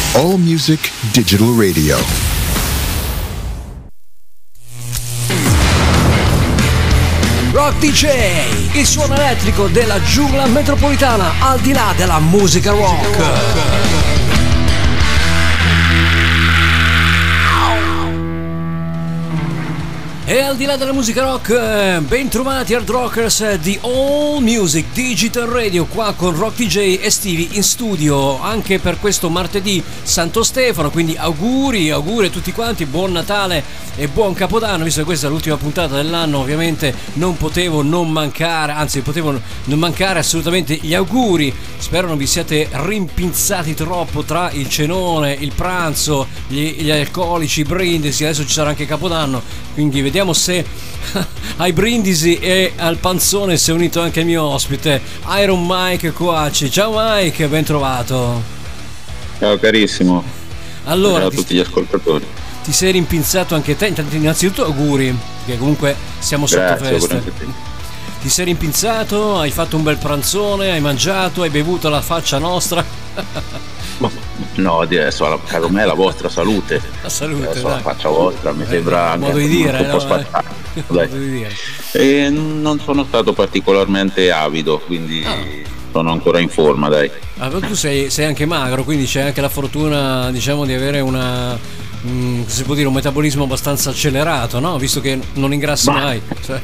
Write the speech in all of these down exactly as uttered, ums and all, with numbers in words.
All Music Digital Radio. Rock D J, il suono elettrico della giungla metropolitana al di là della musica rock. E al di là della musica rock, ben trovati hard rockers di All Music Digital Radio, qua con Rock D J e Stevie in studio anche per questo martedì Santo Stefano, quindi auguri, auguri a tutti quanti, buon Natale e buon Capodanno, visto che questa è l'ultima puntata dell'anno, ovviamente non potevo non mancare, anzi potevo non mancare assolutamente gli auguri. Spero non vi siate rimpinzati troppo tra il cenone, il pranzo, gli, gli alcolici, i brindisi, adesso ci sarà anche Capodanno, quindi vediamo se ai brindisi e al panzone si è unito anche il mio ospite Iron Mike Coacci. Ciao Mike, ben trovato. Ciao carissimo. Allora, ciao a tutti gli ascoltatori. Ti sei rimpinzato anche te, innanzitutto auguri, perché comunque siamo sotto Grazie, festa. Ti sei rimpinzato, hai fatto un bel pranzone, hai mangiato, hai bevuto la faccia nostra. No, adesso caro me la vostra salute. La salute, adesso dai. La faccia vostra mi sembra eh, modo di dire, un po' no, spaccato. eh. Modo di dire. E non sono stato particolarmente avido, quindi ah. sono ancora in forma, dai. Ah, tu sei, sei anche magro, quindi c'è anche la fortuna, diciamo, di avere una Mm, si può dire un metabolismo abbastanza accelerato, no? Visto che non ingrassi Ma... mai. Cioè...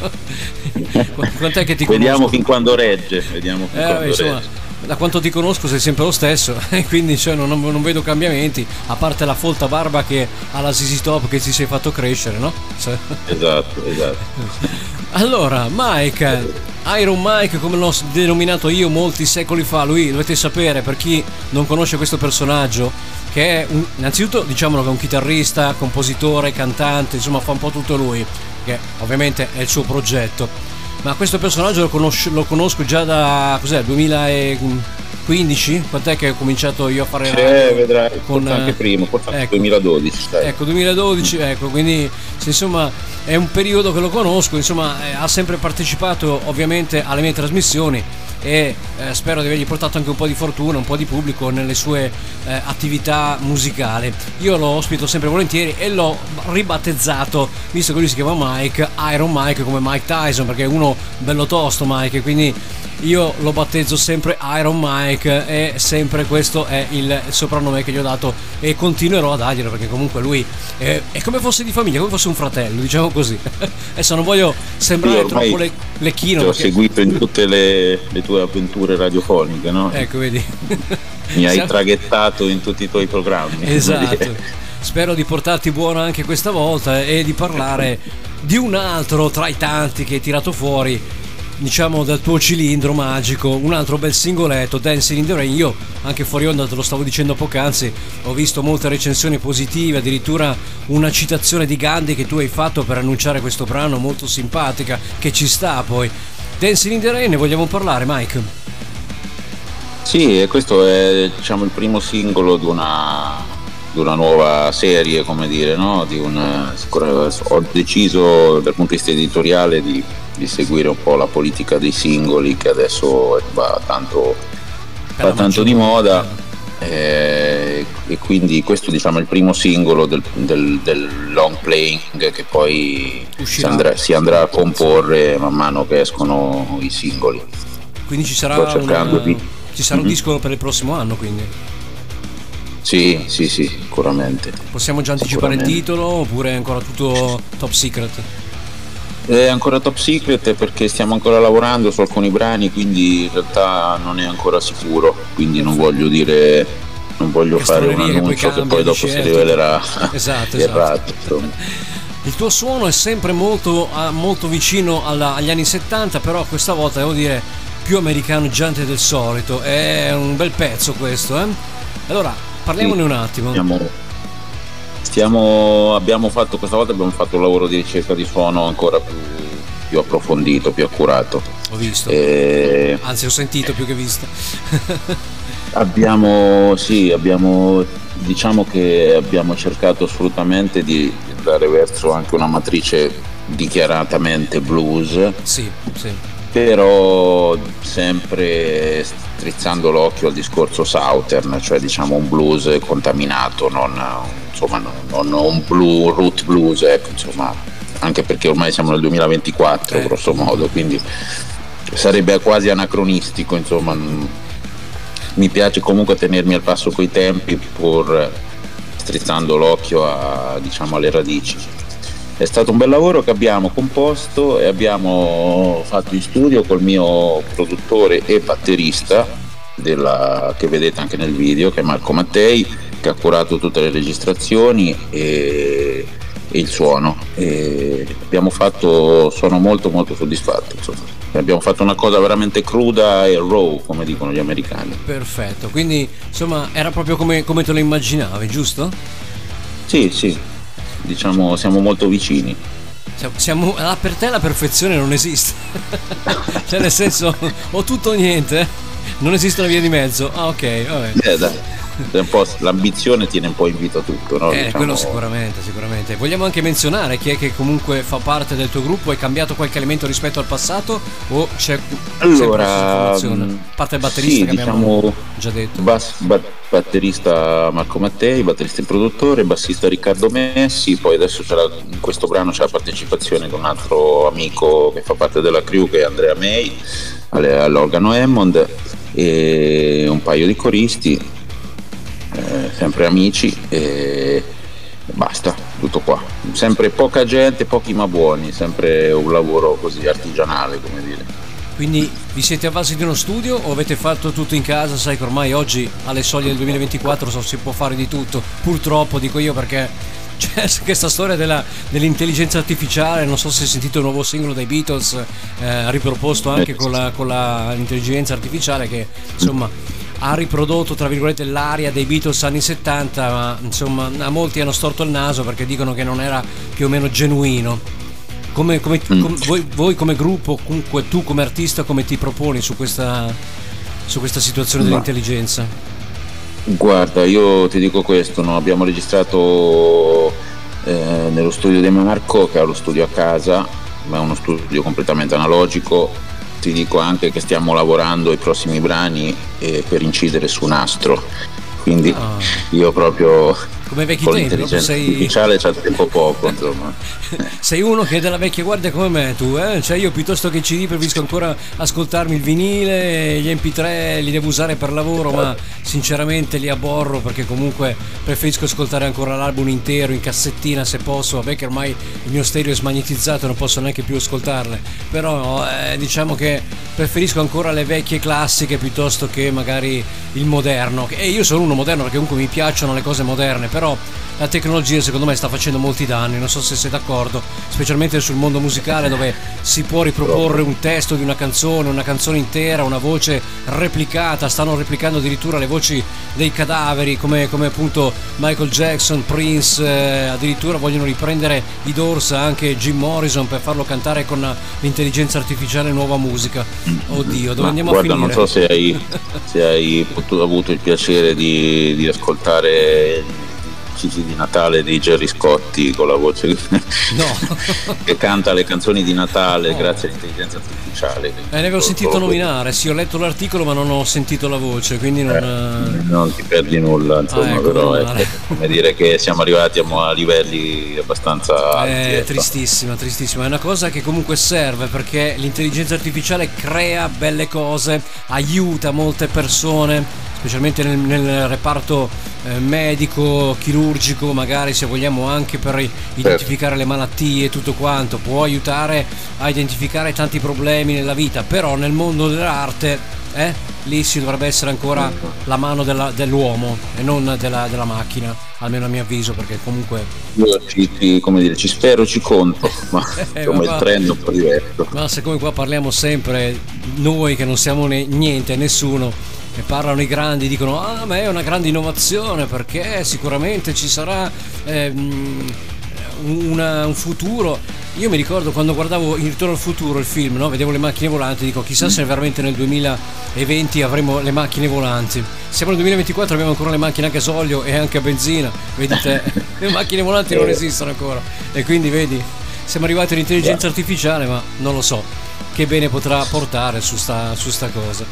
Quant'è che ti conosco? Vediamo fin quando regge. Vediamo fin eh, quando insomma, regge. Da quanto ti conosco sei sempre lo stesso, e quindi cioè, non, non vedo cambiamenti, a parte la folta barba che alla Z Z Top che ti sei fatto crescere, no? Cioè... Esatto, esatto. Allora, Mike, Iron Mike, come l'ho denominato io molti secoli fa, lui dovete sapere, per chi non conosce questo personaggio, che è un, innanzitutto diciamolo che è un chitarrista, compositore, cantante, insomma fa un po' tutto lui, che ovviamente è il suo progetto, ma questo personaggio lo conosco, lo conosco già da cos'è, duemilaquindici? Quant'è che ho cominciato io a fare radio? Eh, vedrai, con, forse anche prima, forse anche ecco, duemiladodici. Dai. Ecco, duemiladodici, ecco, quindi insomma è un periodo che lo conosco, insomma eh, ha sempre partecipato ovviamente alle mie trasmissioni e eh, spero di avergli portato anche un po' di fortuna, un po' di pubblico nelle sue eh, attività musicali. Io lo ospito sempre volentieri e l'ho ribattezzato, visto che lui si chiama Mike, Iron Mike, come Mike Tyson, perché è uno bello tosto Mike, quindi io lo battezzo sempre Iron Mike e sempre questo è il soprannome che gli ho dato e continuerò a darglielo, perché comunque lui è, è come fosse di famiglia, come fosse un fratello, diciamo così. Adesso non voglio sembrare troppo le, lecchino, ti ho perché... seguito in tutte le, le tue avventure radiofoniche, no? Ecco, vedi. Mi hai traghettato in tutti i tuoi programmi. Esatto. Spero di portarti buono anche questa volta e di parlare di un altro tra i tanti che hai tirato fuori, diciamo, dal tuo cilindro magico, un altro bel singoletto, Dancing in the Rain. Io anche fuori onda te lo stavo dicendo poc'anzi, ho visto molte recensioni positive, addirittura una citazione di Gandhi che tu hai fatto per annunciare questo brano, molto simpatica, che ci sta. Poi Dancing in the Rain, ne vogliamo parlare, Mike? Sì, questo è, diciamo, il primo singolo di una, di una nuova serie, come dire, no? Di un, ho deciso dal punto di vista editoriale di di seguire un po' la politica dei singoli, che adesso va tanto, va tanto di moda, eh, e quindi questo, diciamo, è il primo singolo del, del, del long playing che poi si andrà, si andrà a comporre man mano che escono i singoli. Quindi ci sarà, una, di... ci sarà mm-hmm. un disco per il prossimo anno, quindi? Sì, sì, sì, sicuramente. Possiamo già anticipare il titolo oppure è ancora tutto top secret? È ancora top secret perché stiamo ancora lavorando su alcuni brani, quindi in realtà non è ancora sicuro, quindi non voglio dire, non voglio fare un annuncio che poi dopo si rivelerà esatto, errato. Esatto. Il tuo suono è sempre molto, molto vicino alla, agli anni settanta, però questa volta devo dire più americaneggiante del solito, è un bel pezzo questo, eh? Allora parliamone sì, un attimo. Stiamo... Stiamo, abbiamo fatto questa volta abbiamo fatto un lavoro di ricerca di suono ancora più, più approfondito, più accurato. Ho visto, e... anzi ho sentito più che visto. abbiamo, sì, abbiamo, diciamo che abbiamo cercato assolutamente di andare verso anche una matrice dichiaratamente blues. Sì, sì. Però sempre strizzando l'occhio al discorso Southern, cioè diciamo un blues contaminato, non, insomma, non, non un blue, root blues, ecco, insomma, anche perché ormai siamo nel duemilaventiquattro, eh. grosso modo, quindi sarebbe quasi anacronistico, insomma. Mi piace comunque tenermi al passo coi tempi, pur strizzando l'occhio a, diciamo, alle radici. È stato un bel lavoro che abbiamo composto e abbiamo fatto in studio col mio produttore e batterista della, che vedete anche nel video, che è Marco Mattei, che ha curato tutte le registrazioni e, e il suono. E abbiamo fatto, sono molto molto soddisfatto, insomma. Abbiamo fatto una cosa veramente cruda e raw, come dicono gli americani. Perfetto, quindi insomma era proprio come, come te lo immaginavi, giusto? Sì, sì, diciamo siamo molto vicini. Siamo, per te la perfezione non esiste. Cioè nel senso, o tutto o niente, non esiste una via di mezzo. Ah, ok, vabbè. Eh, dai. Un po', l'ambizione tiene un po' in vita tutto, no? Eh, diciamo... quello sicuramente, sicuramente. Vogliamo anche menzionare chi è che comunque fa parte del tuo gruppo? Hai cambiato qualche elemento rispetto al passato o c'è allora, a parte il batterista sì, che diciamo, abbiamo già detto? Bas, ba, batterista Marco Mattei, batterista e produttore, bassista Riccardo Messi, poi adesso c'è la, in questo brano c'è la partecipazione di un altro amico che fa parte della crew, che è Andrea May all'organo Hammond, e un paio di coristi. Eh, sempre amici e basta, tutto qua, sempre poca gente, pochi ma buoni, sempre un lavoro così artigianale, come dire. Quindi vi siete avvalsi di uno studio o avete fatto tutto in casa? Sai che ormai oggi alle soglie del duemilaventiquattro so, si può fare di tutto, purtroppo dico io, perché c'è questa storia della, dell'intelligenza artificiale. Non so se hai sentito il nuovo singolo dei Beatles, eh, riproposto anche con la, con la intelligenza artificiale, che insomma ha riprodotto tra virgolette l'aria dei Beatles anni settanta, ma insomma a molti hanno storto il naso perché dicono che non era più o meno genuino. Come, come, mm. com, voi, voi come gruppo, comunque tu come artista, come ti proponi su questa, su questa situazione ma, dell'intelligenza? Guarda, io ti dico questo, no? Abbiamo registrato eh, nello studio di Marco, che ha lo studio a casa, ma è uno studio completamente analogico. Ti dico anche che stiamo lavorando ai prossimi brani eh, per incidere su nastro, quindi oh. io proprio come vecchi con tempi, l'intelligenza sei... artificiale c'è tempo poco, insomma. Sei uno che è della vecchia guardia come me, tu, eh? Cioè io piuttosto che C D preferisco ancora ascoltarmi il vinile, gli M P tre li devo usare per lavoro, ma sinceramente li aborro, perché comunque preferisco ascoltare ancora l'album intero in cassettina se posso. Vabbè che ormai il mio stereo è smagnetizzato, non posso neanche più ascoltarle, però eh, diciamo che preferisco ancora le vecchie classiche piuttosto che magari il moderno. E io sono uno moderno perché comunque mi piacciono le cose moderne, però la tecnologia secondo me sta facendo molti danni, non so se sei d'accordo, specialmente sul mondo musicale, dove si può riproporre un testo di una canzone, una canzone intera, una voce replicata. Stanno replicando addirittura le voci dei cadaveri, come, come appunto Michael Jackson, Prince, eh, addirittura vogliono riprendere i Doors, anche Jim Morrison, per farlo cantare con l'intelligenza artificiale nuova musica. Oddio, dove Ma andiamo guarda, a finire? Non so se hai, se hai potuto, avuto il piacere di, di ascoltare C D di Natale di Gerry Scotti con la voce no. che canta le canzoni di Natale, no, grazie all'intelligenza artificiale. Eh, ne avevo sentito nominare, sì, ho letto l'articolo ma non ho sentito la voce, quindi non, eh, non ti perdi nulla, insomma. Ah, ecco, però è come dire che siamo arrivati a livelli abbastanza alti. È tristissima, tristissima, è una cosa che comunque serve, perché l'intelligenza artificiale crea belle cose, aiuta molte persone, specialmente nel, nel reparto eh, medico, chirurgico, magari se vogliamo anche per identificare le malattie e tutto quanto, può aiutare a identificare tanti problemi nella vita, però nel mondo dell'arte eh, lì si dovrebbe essere ancora la mano della, dell'uomo e non della, della macchina, almeno a mio avviso, perché comunque io ci, ci, come dire, ci spero, ci conto, ma eh, come ma il trend è un po' diverso. Ma siccome qua parliamo sempre noi che non siamo ne, niente, nessuno, e parlano i grandi, dicono ah ma è una grande innovazione perché sicuramente ci sarà ehm, una, un futuro. Io mi ricordo quando guardavo In Ritorno al Futuro, il film, no? Vedevo le macchine volanti, dico chissà se veramente nel duemilaventi avremo le macchine volanti. Siamo nel duemilaventiquattro, abbiamo ancora le macchine anche a gasolio e anche a benzina, vedete, le macchine volanti non esistono ancora, e quindi vedi, siamo arrivati all'intelligenza artificiale, ma non lo so che bene potrà portare su sta, su sta cosa.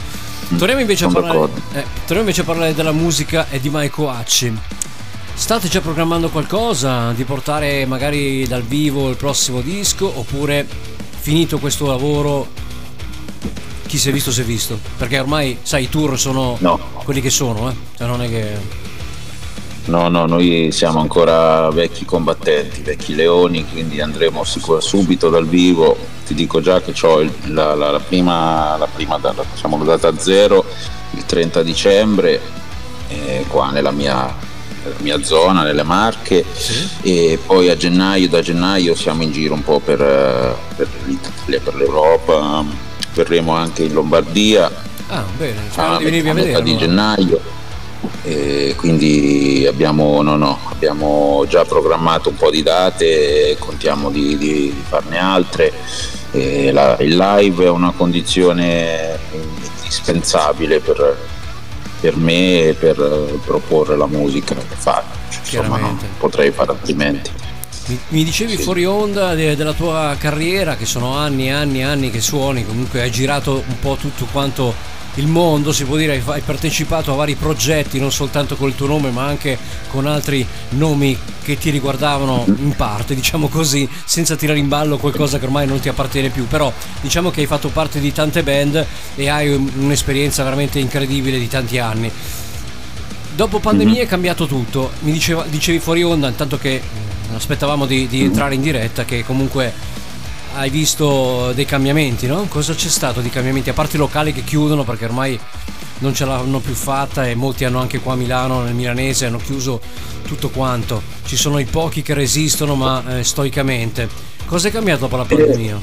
Torniamo invece, a parlare, eh, torniamo invece a parlare della musica e di Maiko Acci. State già programmando qualcosa di portare magari dal vivo il prossimo disco, oppure finito questo lavoro chi si è visto si è visto? Perché ormai sai i tour sono no. quelli che sono, eh? Cioè non è che... No, no, noi siamo ancora vecchi combattenti, vecchi leoni, quindi andremo sicuro subito dal vivo. Ti dico già che ho la, la, la prima, la prima data, diciamo, la data zero, il trenta dicembre, eh, qua nella mia... nella mia zona, nelle Marche, sì. E poi a gennaio, da gennaio siamo in giro un po' per, per l'Italia, per l'Europa, verremo anche in Lombardia. Ah, bene, a, di a, a metà di gennaio, e quindi abbiamo, no, no, abbiamo già programmato un po' di date e contiamo di, di, di farne altre. E la, il live è una condizione indispensabile per per me e per proporre la musica che faccio, insomma non potrei fare altrimenti. Mi, mi dicevi sì. fuori onda de, della tua carriera, che sono anni e anni e anni che suoni, comunque hai girato un po' tutto quanto il mondo, si può dire, hai, hai partecipato a vari progetti, non soltanto col tuo nome ma anche con altri nomi che ti riguardavano in parte, diciamo così, senza tirare in ballo qualcosa che ormai non ti appartiene più, però diciamo che hai fatto parte di tante band e hai un'esperienza veramente incredibile di tanti anni. Dopo pandemia è cambiato tutto, mi diceva, dicevi fuori onda, intanto che aspettavamo di, di entrare in diretta, che comunque hai visto dei cambiamenti, no? Cosa c'è stato di cambiamenti? A parte i locali che chiudono perché ormai non ce l'hanno più fatta, e molti hanno anche qua a Milano, nel milanese, hanno chiuso tutto quanto. Ci sono i pochi che resistono, ma eh, stoicamente. Cosa è cambiato dopo la pandemia?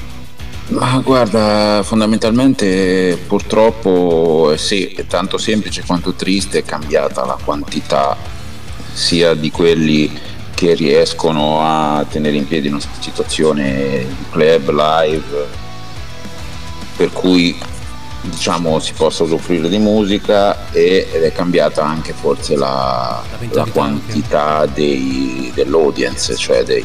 Ma guarda, fondamentalmente purtroppo eh, sì, è tanto semplice quanto triste, è cambiata la quantità sia di quelli che riescono a tenere in piedi una situazione di club live per cui diciamo si possa usufruire di musica, e, ed è cambiata anche forse la, la, la quantità dei, dell'audience, cioè dei,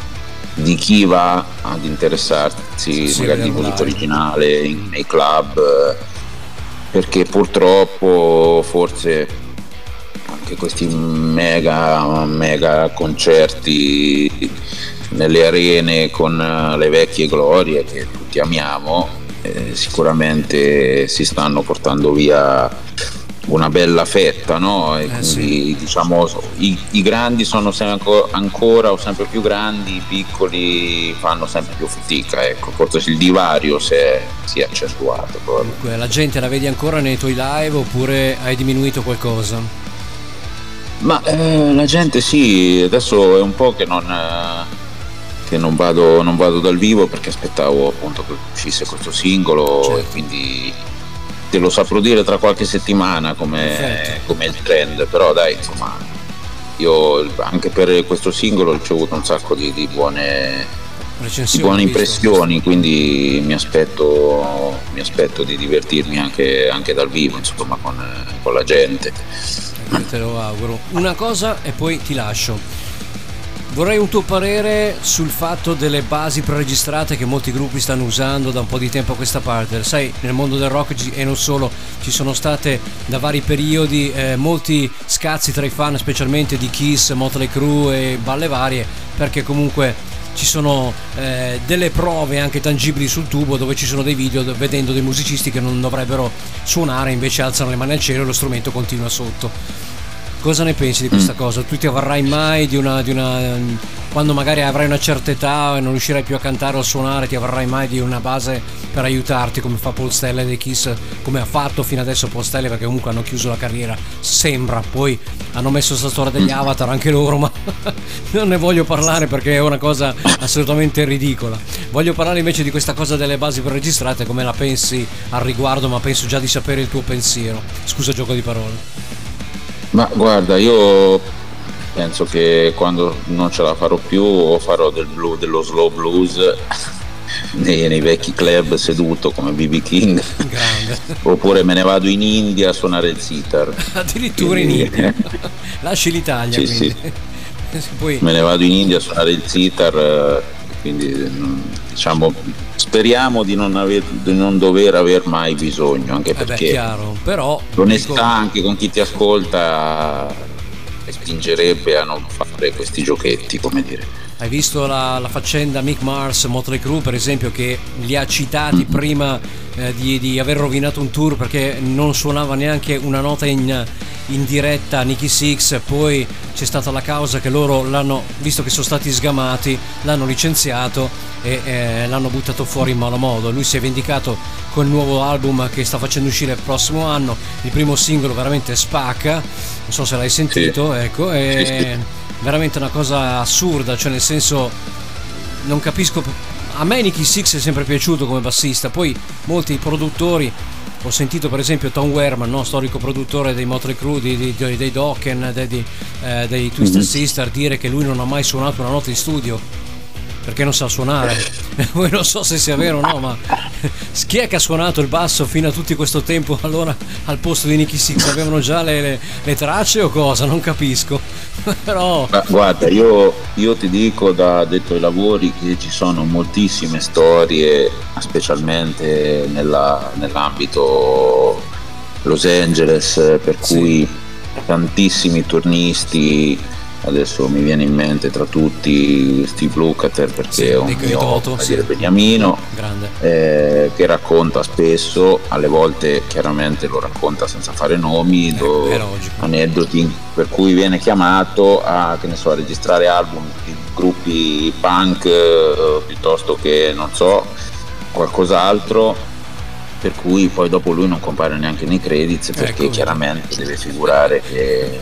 di chi va ad interessarsi sì, magari di musica originale in, nei club, perché purtroppo forse anche questi mega mega concerti nelle arene con le vecchie glorie che tutti amiamo eh, sicuramente si stanno portando via una bella fetta, no? E eh, quindi sì. diciamo i, i grandi sono sempre ancora o sempre più grandi, i piccoli fanno sempre più fatica, ecco, forse il divario si è, si è accentuato. Comunque, la gente la vedi ancora nei tuoi live oppure hai diminuito qualcosa? Ma eh, la gente sì, adesso è un po' che non, eh, che non vado, non vado dal vivo perché aspettavo appunto che uscisse questo singolo, certo. E quindi te lo saprò dire tra qualche settimana come è il trend, però dai, insomma, io anche per questo singolo ho ricevuto un sacco di, di buone, di buone impressioni, quindi mi aspetto, mi aspetto di divertirmi anche, anche dal vivo, insomma, con, con la gente. Te lo auguro. Una cosa e poi ti lascio. Vorrei un tuo parere sul fatto delle basi preregistrate che molti gruppi stanno usando da un po' di tempo a questa parte. Sai, nel mondo del rock e non solo ci sono state da vari periodi eh, molti scazzi tra i fan, specialmente di Kiss, Motley Crue e balle varie, perché comunque ci sono eh, delle prove anche tangibili sul tubo dove ci sono dei video vedendo dei musicisti che non dovrebbero suonare, invece alzano le mani al cielo e lo strumento continua sotto. Cosa ne pensi di questa mm. cosa? Tu ti avvarrai mai di una, di una quando magari avrai una certa età e non riuscirai più a cantare o a suonare, ti avvarrai mai di una base per aiutarti come fa Paul Stanley dei Kiss, come ha fatto fino adesso Paul Stanley, perché comunque hanno chiuso la carriera, sembra, poi hanno messo sta storia degli Avatar anche loro, ma non ne voglio parlare perché è una cosa assolutamente ridicola. Voglio parlare invece di questa cosa delle basi preregistrate, come la pensi al riguardo, ma penso già di sapere il tuo pensiero. Scusa gioco di parole. Ma guarda, io penso che quando non ce la farò più o farò del blu, dello slow blues nei, nei vecchi club seduto come B B King. Grande. Oppure me ne vado in India a suonare il sitar. Addirittura quindi... in India. Lasci l'Italia, sì, quindi. Sì. Poi... me ne vado in India a suonare il sitar, quindi diciamo speriamo di non, aver, di non dover aver mai bisogno, anche perché eh beh, chiaro, però l'onestà dico... anche con chi ti ascolta spingerebbe a non fare questi giochetti, come dire. Hai visto la, la faccenda Mick Mars, Motley Crue per esempio, che li ha citati mm-hmm. prima eh, di, di aver rovinato un tour perché non suonava neanche una nota in, in diretta a Nicky Six, poi c'è stata la causa che loro l'hanno, visto che sono stati sgamati, l'hanno licenziato e eh, l'hanno buttato fuori in malo modo. Lui si è vendicato col nuovo album che sta facendo uscire il prossimo anno, il primo singolo veramente spacca, non so se l'hai sentito, sì. ecco, e... sì, sì. Veramente una cosa assurda, cioè nel senso non capisco, a me Nicky Six è sempre piaciuto come bassista, poi molti produttori, ho sentito per esempio Tom Werman, no? Storico produttore dei Motley Crue, di, di, dei Dokken, dei, di, eh, dei Twisted mm-hmm. Sister, dire che lui non ha mai suonato una nota in studio perché non sa suonare. Poi non so se sia vero o no, ma chi è che ha suonato il basso fino a tutto questo tempo allora al posto di Nicky Six? Avevano già le, le, le tracce o cosa? Non capisco. Però ma guarda, io, io ti dico da addetto ai lavori che ci sono moltissime storie, specialmente nella, nell'ambito Los Angeles, per sì. cui tantissimi turnisti, adesso mi viene in mente tra tutti Steve Lukather, perché sì, è un mio Toto, sì. dire, beniamino, eh, che racconta spesso, alle volte chiaramente lo racconta senza fare nomi, eh, do, aneddoti per cui viene chiamato a, che ne so, a registrare album di gruppi punk eh, piuttosto che non so qualcos'altro, per cui poi dopo lui non compare neanche nei credits perché ecco. chiaramente deve figurare che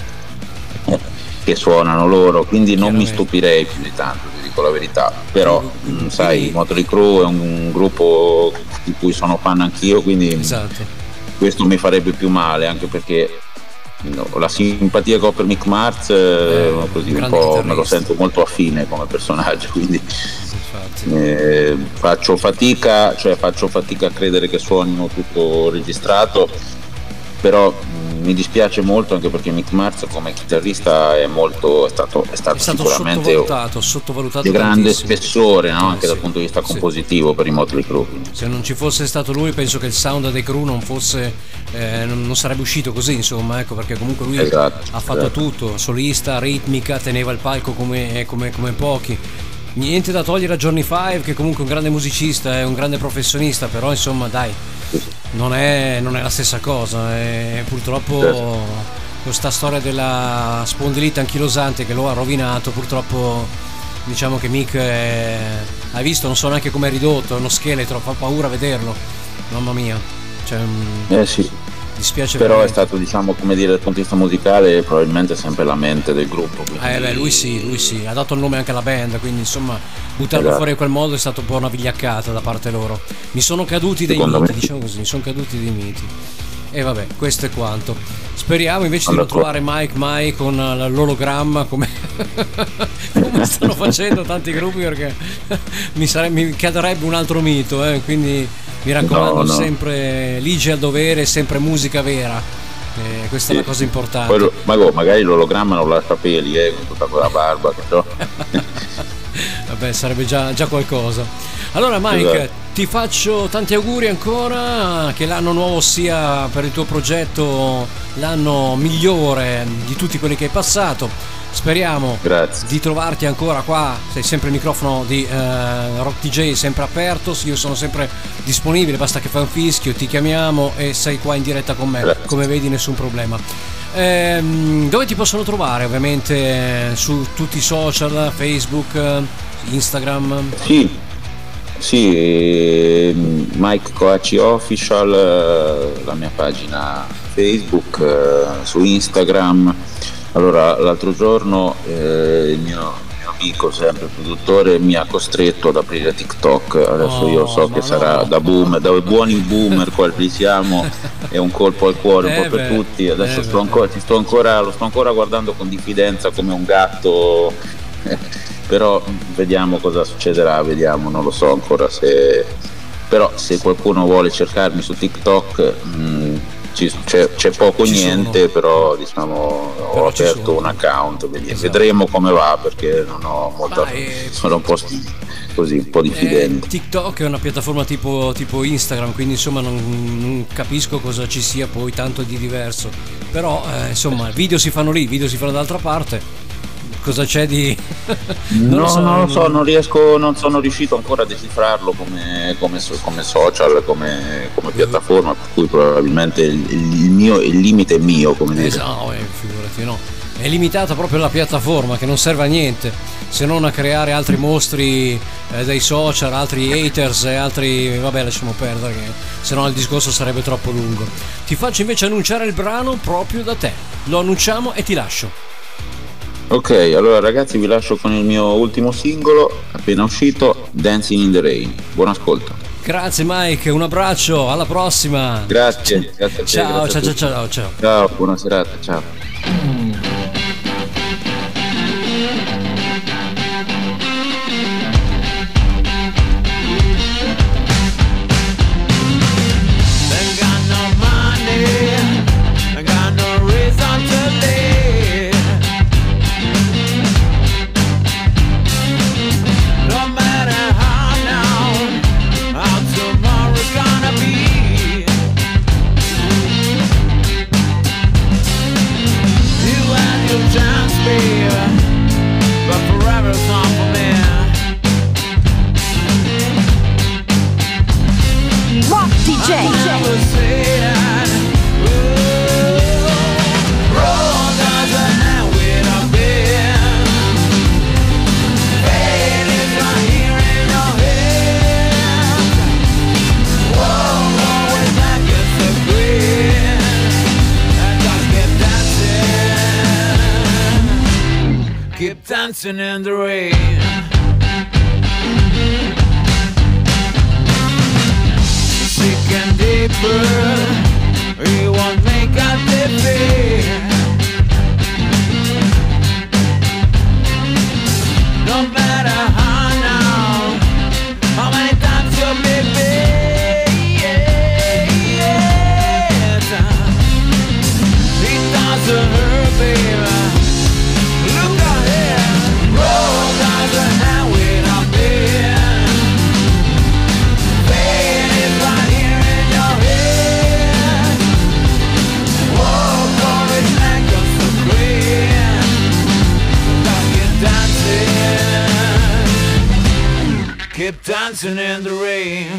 che suonano loro, quindi non mi stupirei più di tanto, ti dico la verità, però mh, sai, Motley Crue è un gruppo di cui sono fan anch'io, quindi esatto. questo mi farebbe più male, anche perché no, la simpatia che ho per Mick Mars eh, così un po' me lo sento molto affine come personaggio, quindi eh, faccio fatica, cioè faccio fatica a credere che suonino tutto registrato, però mi dispiace molto, anche perché Mick Mars come chitarrista è molto è stato, è stato, è stato sicuramente sottovalutato, sottovalutato di grande tantissimo. spessore, no? eh, anche sì, dal punto di vista sì. compositivo per i Motley Crue. Se non ci fosse stato lui penso che il sound dei Crue non fosse eh, non, non sarebbe uscito così, insomma, ecco, perché comunque lui esatto, ha fatto esatto. tutto, solista, ritmica, teneva il palco come, come, come pochi. Niente da togliere a Johnny Five, che comunque è un grande musicista, è un grande professionista, però insomma dai, non è, non è la stessa cosa, e purtroppo questa storia della spondilite anchilosante che lo ha rovinato, purtroppo diciamo che Mick è, hai visto, non so neanche come è ridotto, è uno scheletro, fa paura vederlo, mamma mia, cioè, eh sì. dispiace però veramente. È stato, diciamo, come dire, dal punto di vista musicale probabilmente sempre la mente del gruppo, quindi... eh beh, lui sì, lui sì, ha dato il nome anche alla band, quindi insomma buttarlo esatto. fuori in quel modo è stato un po' una vigliaccata da parte loro. Mi sono caduti dei Secondo miti, me. diciamo così, mi sono caduti dei miti. E vabbè, questo è quanto. Speriamo invece allora, di non trovare Mike Mai con l'ologramma come, come stanno facendo tanti gruppi, perché mi, sare... mi caderebbe un altro mito, eh? Quindi mi raccomando, no, no. sempre ligie al dovere, sempre musica vera, eh, questa sì. è la cosa importante. Poi, ma go, magari l'ologramma non lascia peli, eh, con tutta quella barba che ho. Vabbè, sarebbe già, già qualcosa. Allora Mike, esatto. ti faccio tanti auguri ancora, che l'anno nuovo sia per il tuo progetto l'anno migliore di tutti quelli che hai passato. Speriamo Grazie. di trovarti ancora qua, sei sempre il microfono di eh, Rock D J sempre aperto, io sono sempre disponibile, basta che fai un fischio, ti chiamiamo e sei qua in diretta con me. Grazie. Come vedi, nessun problema. Ehm, dove ti possono trovare? Ovviamente su tutti i social, Facebook, Instagram. Sì, sì, Mike Coacci Official, la mia pagina Facebook, su Instagram. Allora, l'altro giorno eh, il mio, mio amico, sempre produttore, mi ha costretto ad aprire TikTok. Adesso oh, io so che no. sarà da boom, da buoni boomer quali siamo, è un colpo al cuore un eh po' per beh, tutti. Adesso eh sto ancora, ti sto ancora, lo sto ancora guardando con diffidenza come un gatto, però vediamo cosa succederà, vediamo, non lo so ancora se... Però se qualcuno vuole cercarmi su TikTok, mh, ci, c'è, c'è poco ci niente, sono. però diciamo Però ho aperto sono. un account, quindi Esatto. vedremo come va, perché non ho molta, Beh, sono un po' così, un po' diffidente. Eh, TikTok è una piattaforma tipo, tipo Instagram, quindi insomma non, non capisco cosa ci sia poi tanto di diverso, però eh, insomma video si fanno lì, video si fanno dall'altra parte, cosa c'è di... non no, lo so, non lo so, non riesco, non sono riuscito ancora a decifrarlo come, come, come social, come, come piattaforma, per cui probabilmente il, il mio il limite è mio, come dire. Esatto, eh, figurati, no. È limitata proprio la piattaforma, che non serve a niente se non a creare altri mostri eh, dei social, altri haters e altri, vabbè, lasciamo perdere, che se no il discorso sarebbe troppo lungo. Ti faccio invece annunciare il brano proprio da te, lo annunciamo e ti lascio. Ok, allora ragazzi, vi lascio con il mio ultimo singolo appena uscito, Dancing in the Rain. Buon ascolto. Grazie Mike, un abbraccio, alla prossima. Grazie, grazie a te. Ciao, grazie ciao, a ciao, ciao, ciao. Ciao, buona serata, ciao. Dancing in the rain. Sick and deeper, he won't make a difference. No matter how now, how many times you'll be big, it doesn't hurt, baby. Keep dancing in the rain.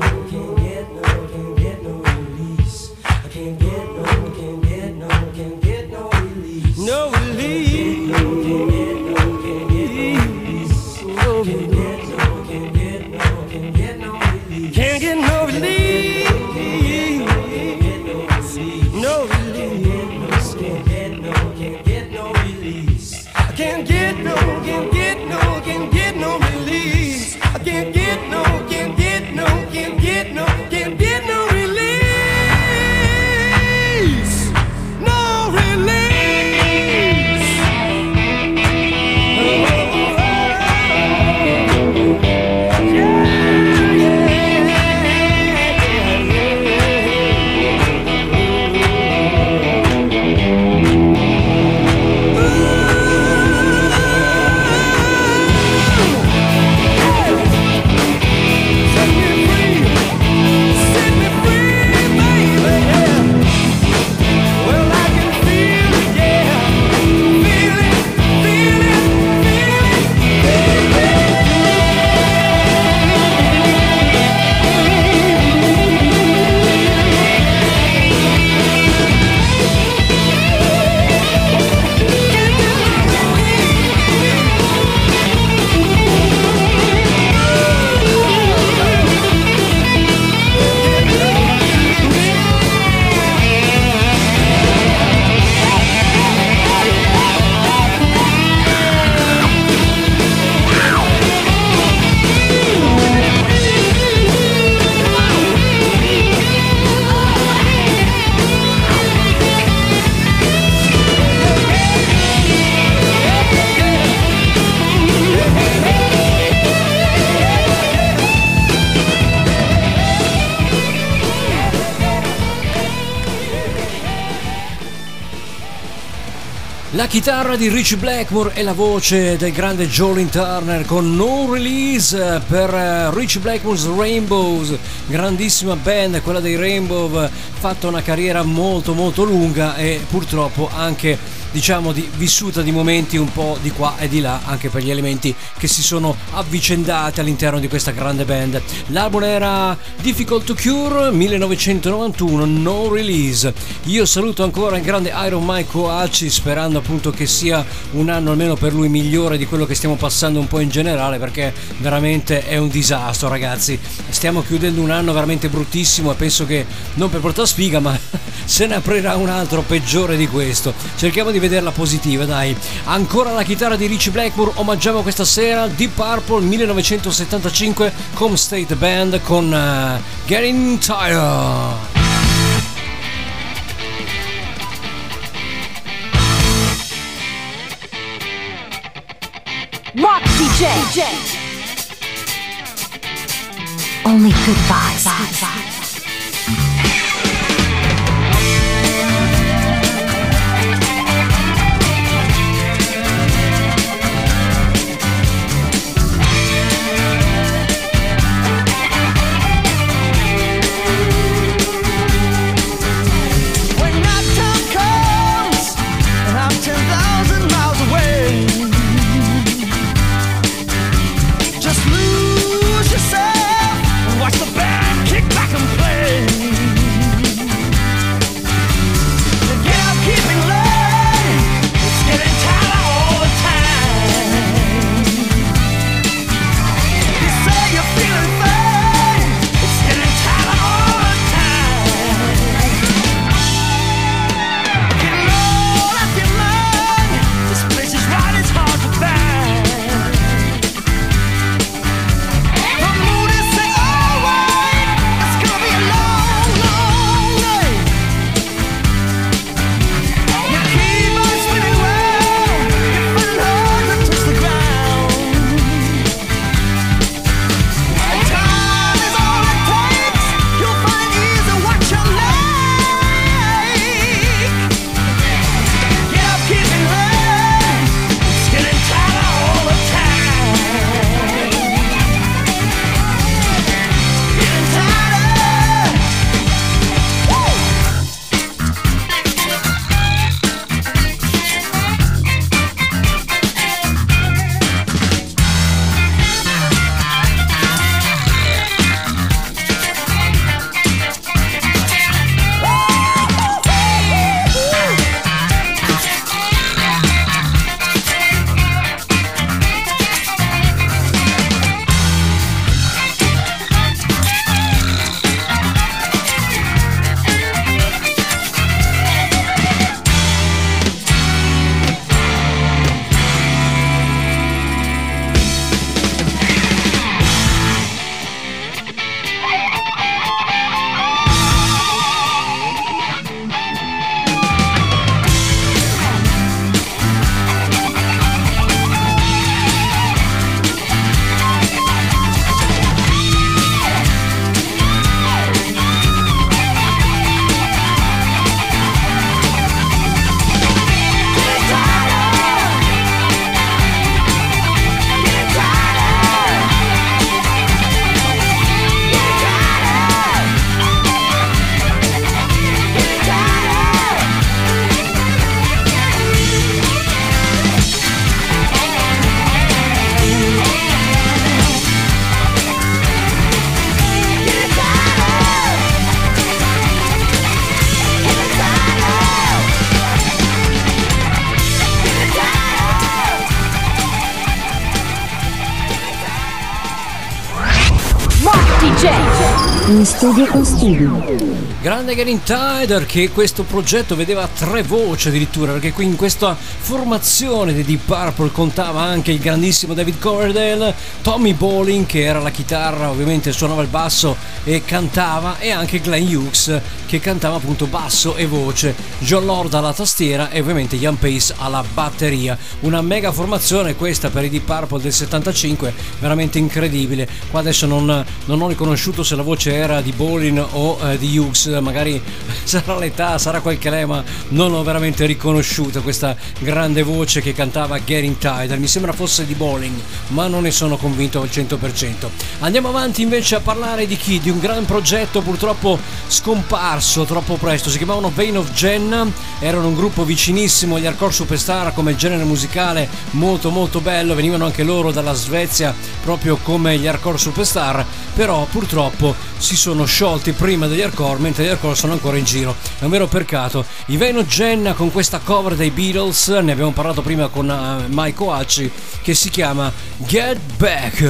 La chitarra di Richie Blackmore e la voce del grande Jolene Turner con No Release per Richie Blackmore's Rainbows, grandissima band quella dei Rainbow, fatta una carriera molto molto lunga e purtroppo anche diciamo di, vissuta di momenti un po' di qua e di là anche per gli elementi che si sono avvicendati all'interno di questa grande band. L'album era Difficult to Cure, millenovecentonovantuno, No Release. Io saluto ancora il grande Iron Mike Coacci, sperando appunto che sia un anno almeno per lui migliore di quello che stiamo passando un po' in generale, perché veramente è un disastro, ragazzi. Stiamo chiudendo un anno veramente bruttissimo e penso che non per portare sfiga ma se ne aprirà un altro peggiore di questo. Cerchiamo di vederla positiva, dai. Ancora la chitarra di Richie Blackmore, omaggiamo questa sera Deep Purple millenovecentosettantacinque Home State Band con uh, Getting Tired. Rock D J. D J. Only good vibes. Just lose yourself and watch the band kick In studio con Stevie. Grande Getting Tighter, che questo progetto vedeva tre voci addirittura, perché qui in questa formazione di Deep Purple contava anche il grandissimo David Coverdale, Tommy Bolin che era la chitarra, ovviamente suonava il basso e cantava, e anche Glenn Hughes che cantava appunto basso e voce, John Lord alla tastiera e ovviamente Ian Pace alla batteria. Una mega formazione questa per i Deep Purple del settantacinque, veramente incredibile. Qua adesso non, non ho riconosciuto se la voce era di Bolin o eh, di Hughes, magari sarà l'età, sarà quel che è, ma non l'ho veramente riconosciuta questa grande voce che cantava Getting Tighter. Mi sembra fosse di Bolin, ma non ne sono convinto al cento per cento. Andiamo avanti invece a parlare di chi? Di un gran progetto purtroppo scomparso troppo presto. Si chiamavano Vein of Jenna, erano un gruppo vicinissimo agli Hardcore Superstar come genere musicale, molto molto bello, venivano anche loro dalla Svezia proprio come gli Hardcore Superstar, però purtroppo si sono sciolti prima degli Hardcore, mentre gli Hardcore sono ancora in giro. È un vero peccato. I Vein of Jenna con questa cover dei Beatles, ne abbiamo parlato prima con uh, Mike Oachi, che si chiama Get Back.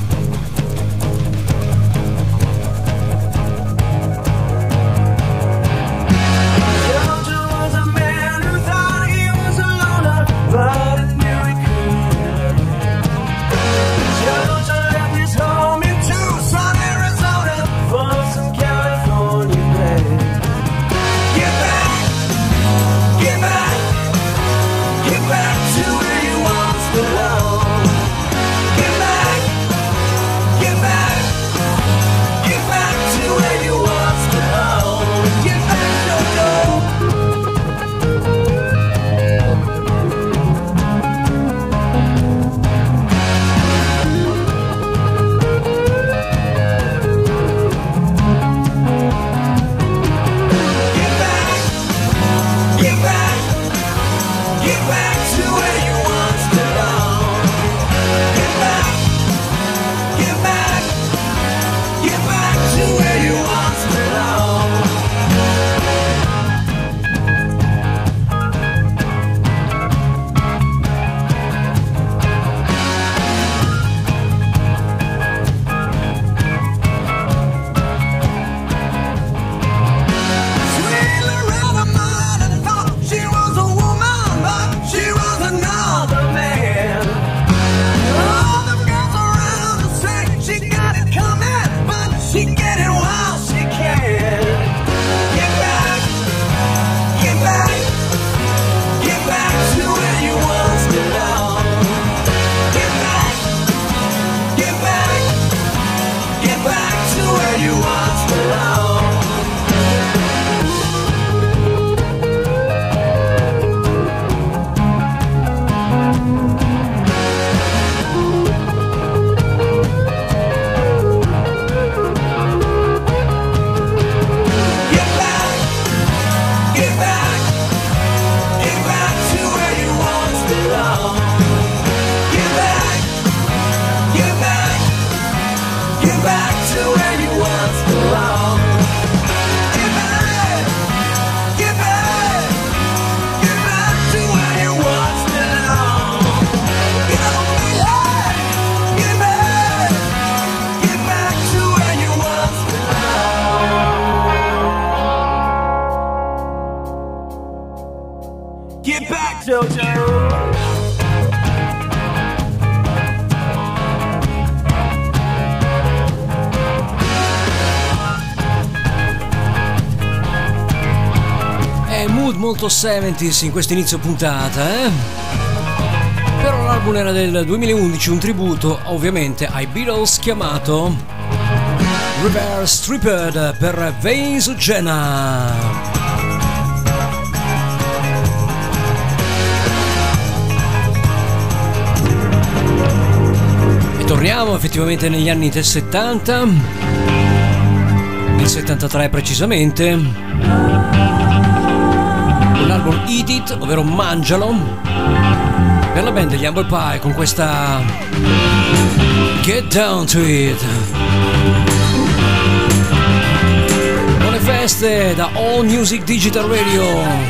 Molto settanta in questo inizio puntata, eh? Però l'album era del duemilaundici, un tributo ovviamente ai Beatles chiamato Reverse Stripped per Vein of Jenna. E torniamo effettivamente negli anni del settanta, nel settantatré precisamente, l'album Eat It, ovvero Mangialo, per la band degli Humble Pie con questa Get Down to It. Buone feste da All Music Digital Radio.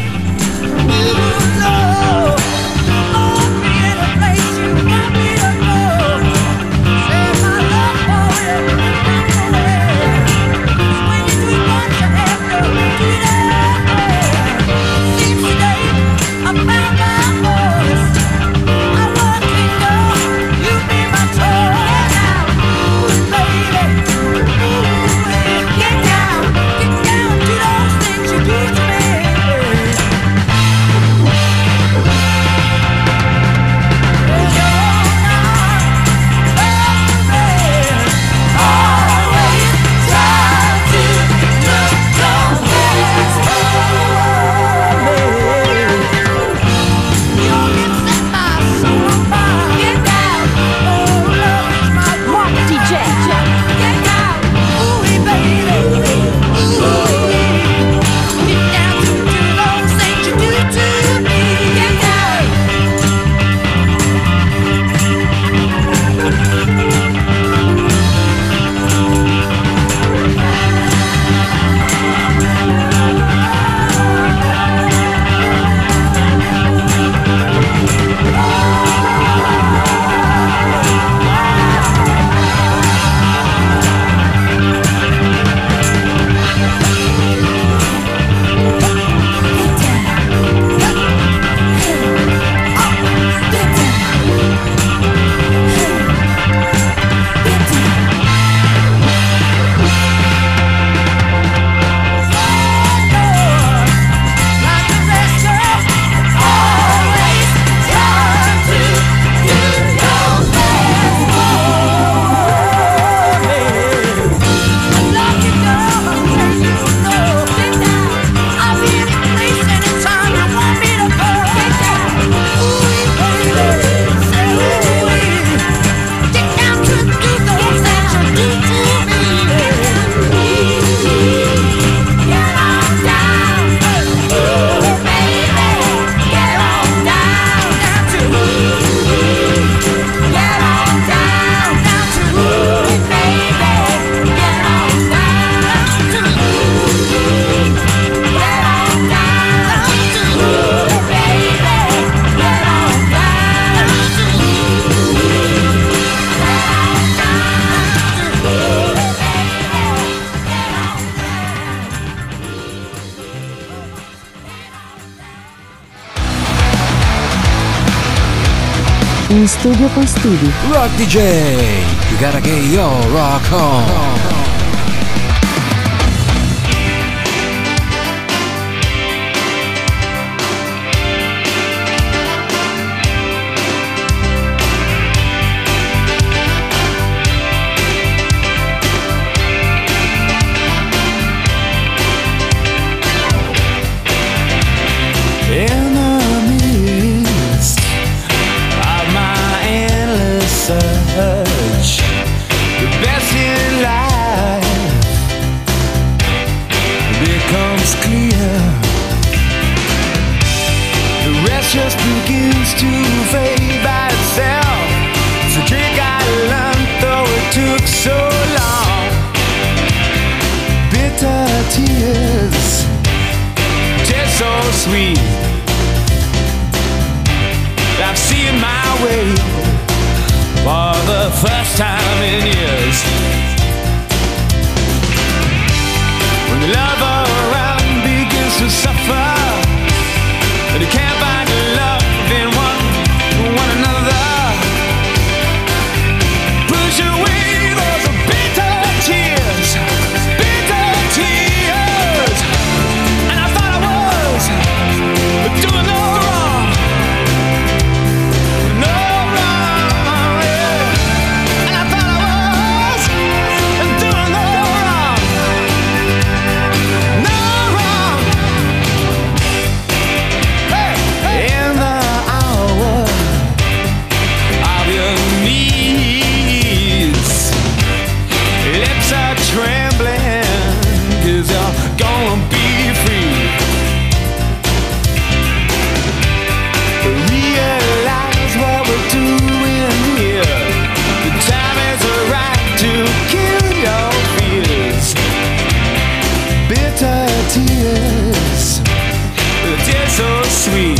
In studio con Stevie. Rock D J, you gotta get your rock on. Just begins to fade by itself. It's a drink I learned, though it took so long. Bitter tears, taste so sweet. I've seen my way for the first time in years. When the love around begins to suffer, and you can't find love in one, one another. Push away those bitter tears, bitter tears. And I thought I was doing no wrong, no wrong, yeah. And I thought I was doing no wrong, no wrong. In the hour of your knees, lips are trembling, 'cause you're gonna be free. Realize what we're doing here. The time is right to kill your fears. Bitter tears, tears so sweet.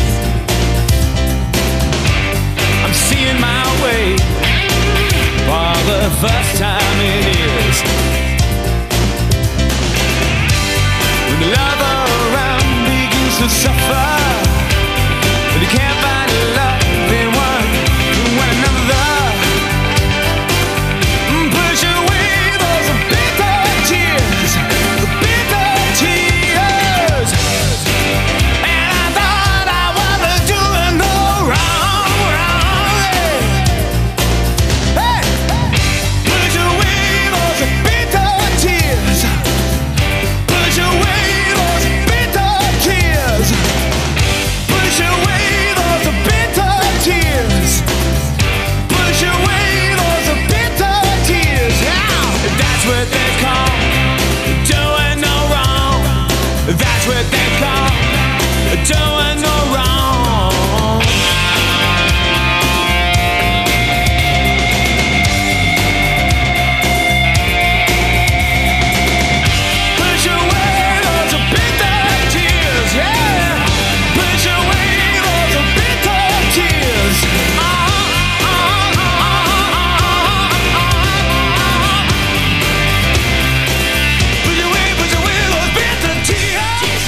I'm seeing my way for the first time in years. When the love around begins to suffer, but you can't find love in one, one another. Push away those bitter tears, the bitter tears. And I thought I wasn't doing no wrong, wrong. Hey, push away those bitter tears. Push away those bitter tears. Push away those bitter tears. Push away those bitter tears. Now, that's what they call doing no wrong. That's what they call doing no wrong. Push away those bitter tears, yeah. Push away those bitter tears. Uh, uh, uh, uh, uh. Push away, push away those bitter tears.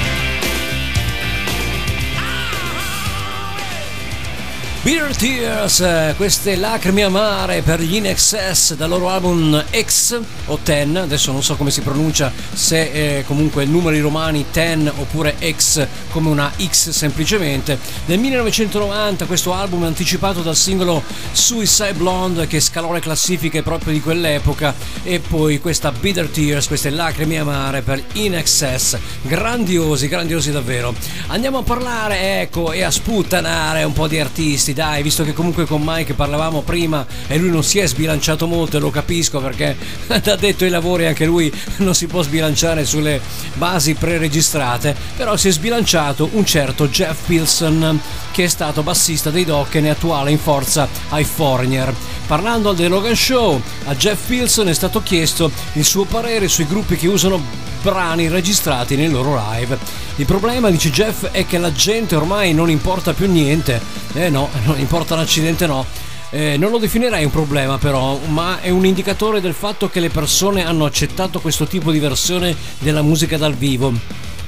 Bitter Tears, eh, queste lacrime amare per gli In Excess dal loro album X o Ten, adesso non so come si pronuncia, se eh, comunque numeri romani Ten oppure X come una X semplicemente. Nel millenovecentonovanta questo album è anticipato dal singolo Suicide Blonde che scalò le classifiche proprio di quell'epoca, e poi questa Bitter Tears, queste lacrime amare per In Excess, grandiosi, grandiosi davvero. Andiamo a parlare, ecco, e a sputtanare un po' di artisti, dai, visto che comunque con Mike parlavamo prima e lui non si è sbilanciato molto, e lo capisco perché da detto ai lavori anche lui non si può sbilanciare sulle basi preregistrate, però si è sbilanciato un certo Jeff Pilson, che è stato bassista dei Dokken e attuale in forza ai Foreigner. Parlando al The Logan Show, a Jeff Pilson è stato chiesto il suo parere sui gruppi che usano brani registrati nei loro live. Il problema, dice Jeff, è che la gente ormai non importa più niente. Eh no, non importa l'accidente, no. Eh, non lo definirei un problema però, ma è un indicatore del fatto che le persone hanno accettato questo tipo di versione della musica dal vivo.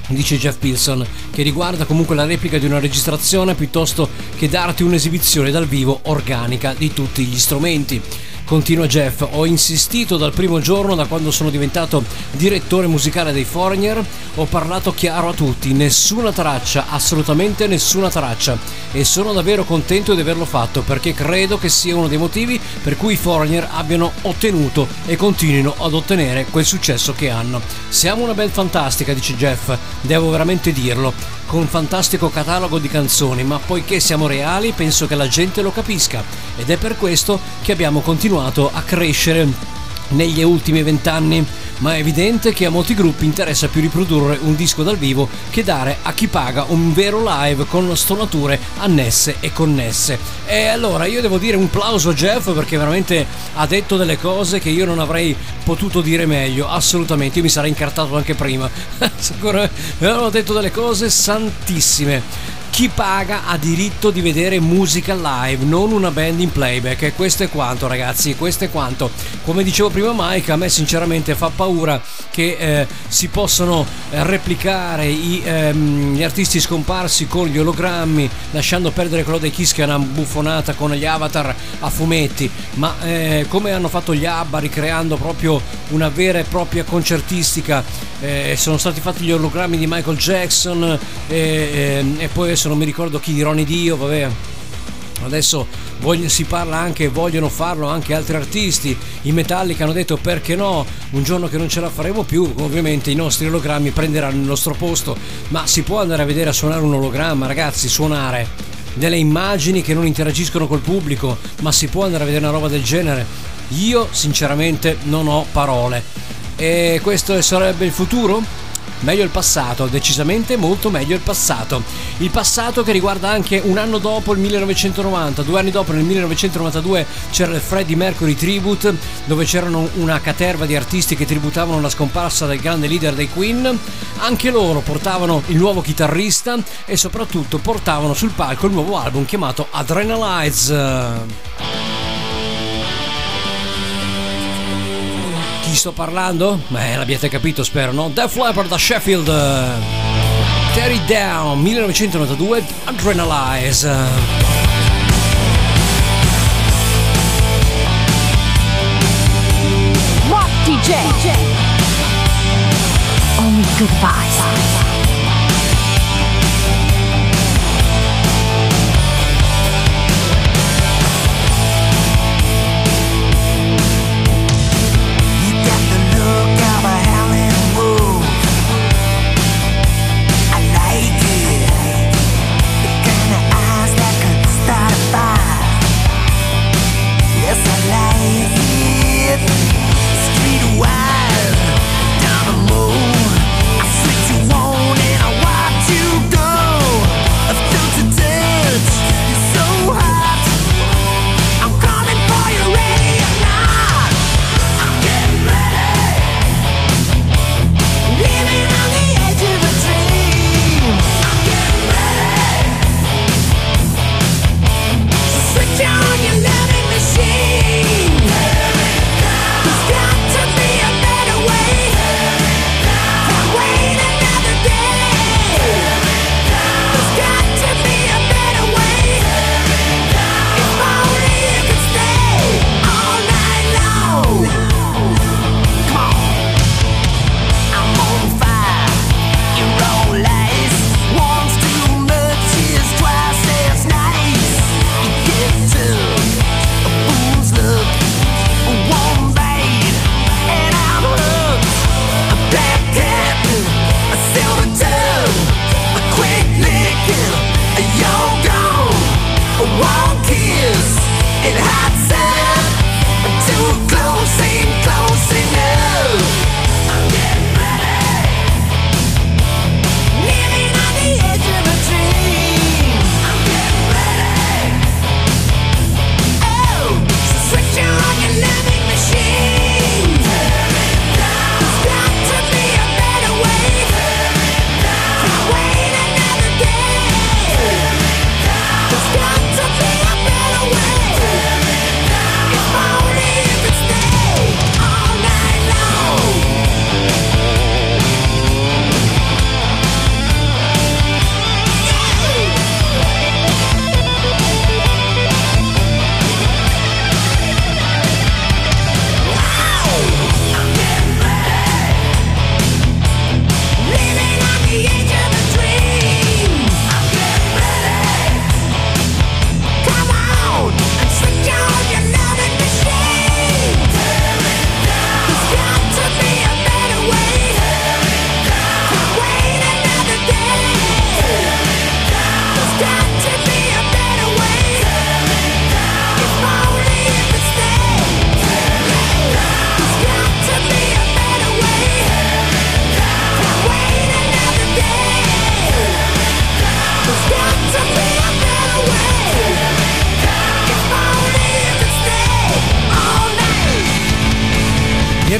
dice Jeff Pilson, che riguarda comunque la replica di una registrazione piuttosto che darti un'esibizione dal vivo organica di tutti gli strumenti. Continua Jeff: ho insistito dal primo giorno, da quando sono diventato direttore musicale dei Foreigner, ho parlato chiaro a tutti, nessuna traccia, assolutamente nessuna traccia, e sono davvero contento di averlo fatto, perché credo che sia uno dei motivi per cui i Foreigner abbiano ottenuto e continuino ad ottenere quel successo che hanno. Siamo una band fantastica, dice Jeff, devo veramente dirlo, con un fantastico catalogo di canzoni, ma poiché siamo reali penso che la gente lo capisca, ed è per questo che abbiamo continuato a crescere negli ultimi vent'anni. Ma è evidente che a molti gruppi interessa più riprodurre un disco dal vivo che dare a chi paga un vero live con stonature annesse e connesse. E allora io devo dire un plauso a Jeff, perché veramente ha detto delle cose che io non avrei potuto dire meglio, assolutamente. Io mi sarei incartato anche prima. Ho detto delle cose santissime. Chi paga ha diritto di vedere musica live, non una band in playback, e questo è quanto, ragazzi, questo è quanto. Come dicevo prima Mike, a me sinceramente fa paura che eh, si possano eh, replicare i, ehm, gli artisti scomparsi con gli ologrammi, lasciando perdere quello dei Kiss, che è una buffonata con gli avatar a fumetti, ma eh, come hanno fatto gli ABBA, ricreando proprio una vera e propria concertistica. Eh, sono stati fatti gli ologrammi di Michael Jackson e, e, e poi adesso non mi ricordo chi, di Ronnie Dio, vabbè. Adesso voglio, si parla anche, vogliono farlo anche altri artisti. I Metallica hanno detto perché no, un giorno che non ce la faremo più, ovviamente i nostri ologrammi prenderanno il nostro posto. Ma si può andare a vedere a suonare un ologramma, ragazzi, suonare delle immagini che non interagiscono col pubblico, ma si può andare a vedere una roba del genere? Io sinceramente non ho parole. E questo sarebbe il futuro? Meglio il passato, decisamente molto meglio il passato. Il passato che riguarda anche un anno dopo il millenovecentonovanta, due anni dopo nel millenovecentonovantadue c'era il Freddie Mercury Tribute, dove c'erano una caterva di artisti che tributavano la scomparsa del grande leader dei Queen. Anche loro portavano il nuovo chitarrista e soprattutto portavano sul palco il nuovo album chiamato Adrenalize. Chi sto parlando? Beh, l'abbiate capito, spero, no? Def Leppard da Sheffield, Tear It Down, millenovecentonovantadue, Adrenalize. Rock D J. Only good vibes. Street wide, down the road, I switch you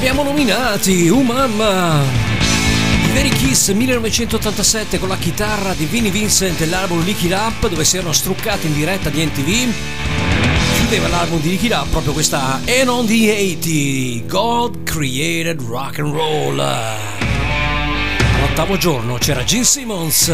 abbiamo nominati, uh mamma! I veri Kiss millenovecentottantasette con la chitarra di Vinnie Vincent e l'album Lick It Up, dove si erano struccati in diretta di M T V. Chiudeva l'album di Lick It Up proprio questa And on the eighty, God Created Rock and Roll. All'ottavo giorno c'era Gene Simmons.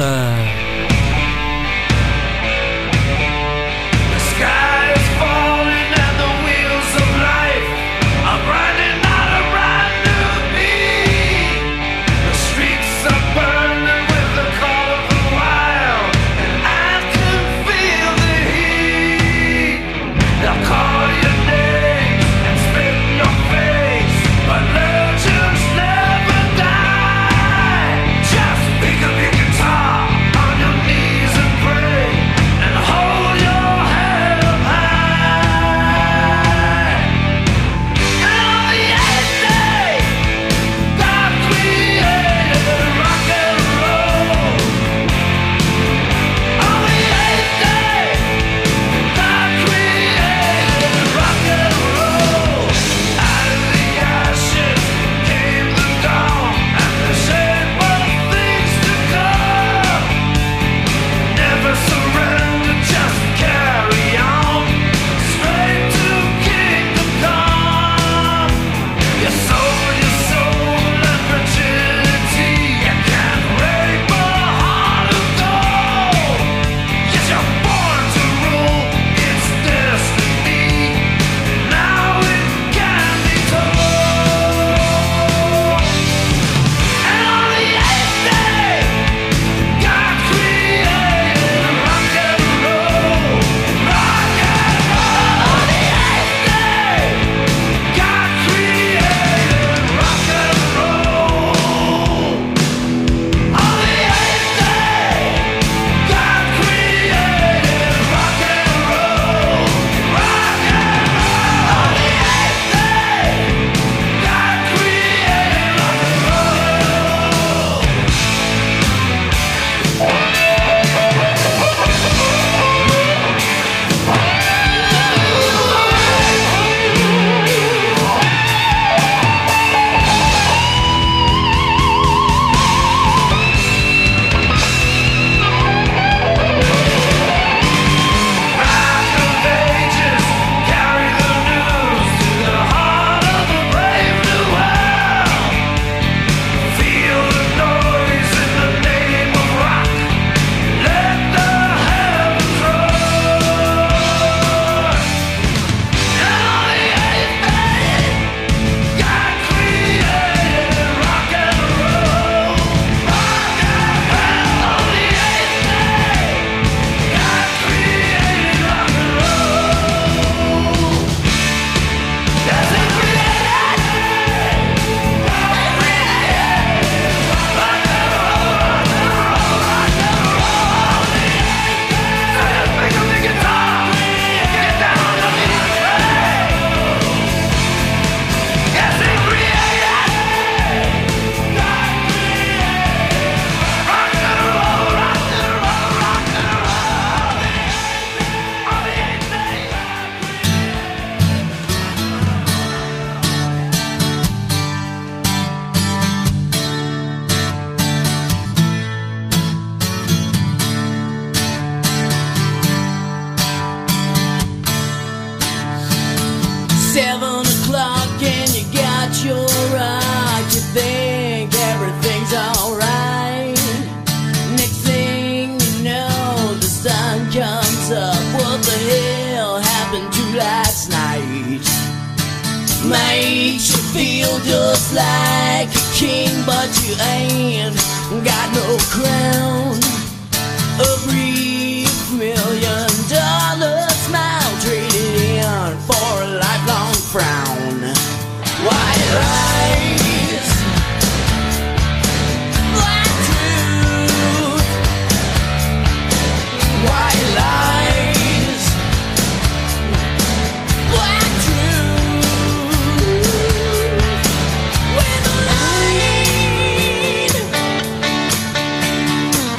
Seven o'clock and you got your rock. You think everything's alright. Next thing you know, the sun comes up. What the hell happened to last night? Makes you feel just like a king, but you ain't got no crown. A brief million dollar smile traded in for a lifelong frown. White lies, black truth. White lies, black truth. With a line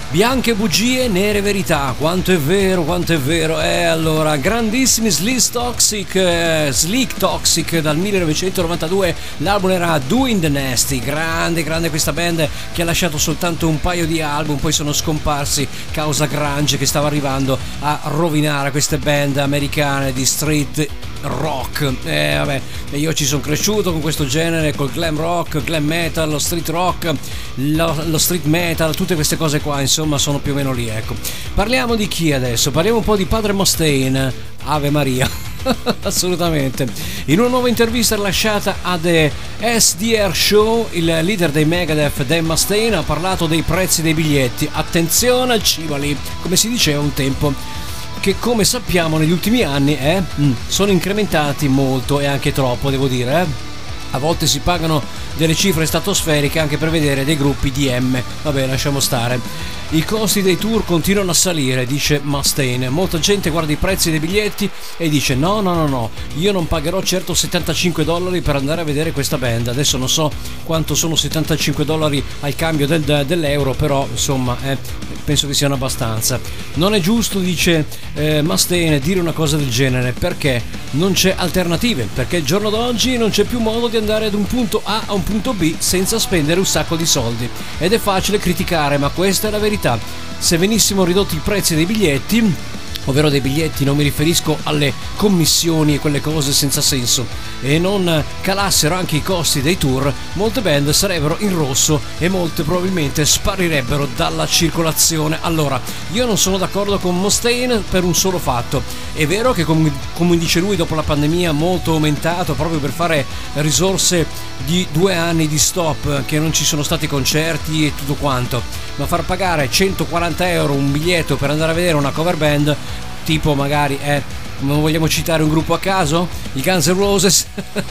Bianche bugie, nere verità, quanto è vero, quanto è vero. E allora, grandissimi Sleek Toxic, eh, Sleek Toxic dal millenovecentonovantadue, l'album era Doing the Nasty, grande, grande questa band che ha lasciato soltanto un paio di album, poi sono scomparsi causa grunge che stava arrivando a rovinare queste band americane di street rock. Eh vabbè, io ci sono cresciuto con questo genere, col glam rock, glam metal, lo street rock, lo, lo street metal, tutte queste cose qua, insomma sono più o meno lì, ecco. Parliamo di chi adesso? Parliamo un po' di Padre Mustaine, Ave Maria. Assolutamente. In una nuova intervista rilasciata a The S D R Show, il leader dei Megadeth, Dave Mustaine, ha parlato dei prezzi dei biglietti. Attenzione al civali, come si diceva un tempo, che come sappiamo negli ultimi anni eh, sono incrementati molto e anche troppo, devo dire. Eh. A volte si pagano delle cifre stratosferiche anche per vedere dei gruppi di M. Vabbè, lasciamo stare. I costi dei tour continuano a salire, dice Mustaine. Molta gente guarda i prezzi dei biglietti e dice no, no, no, no, io non pagherò certo settantacinque dollari per andare a vedere questa band. Adesso non so quanto sono settantacinque dollari al cambio del, dell'euro, però insomma eh, penso che siano abbastanza. Non è giusto, dice eh, Mustaine, dire una cosa del genere, perché non c'è alternative, perché il giorno d'oggi non c'è più modo di andare ad un punto A a un punto B senza spendere un sacco di soldi, ed è facile criticare, ma questa è la verità. Se venissimo ridotti i prezzi dei biglietti, ovvero dei biglietti, non mi riferisco alle commissioni e quelle cose senza senso, e non calassero anche i costi dei tour, molte band sarebbero in rosso e molte probabilmente sparirebbero dalla circolazione. Allora, io non sono d'accordo con Mustaine per un solo fatto. È vero che, come, come dice lui, dopo la pandemia molto aumentato, proprio per fare risorse di due anni di stop, che non ci sono stati concerti e tutto quanto, ma far pagare centoquaranta euro un biglietto per andare a vedere una cover band, tipo magari eh, non vogliamo citare un gruppo a caso? I Guns N' Roses?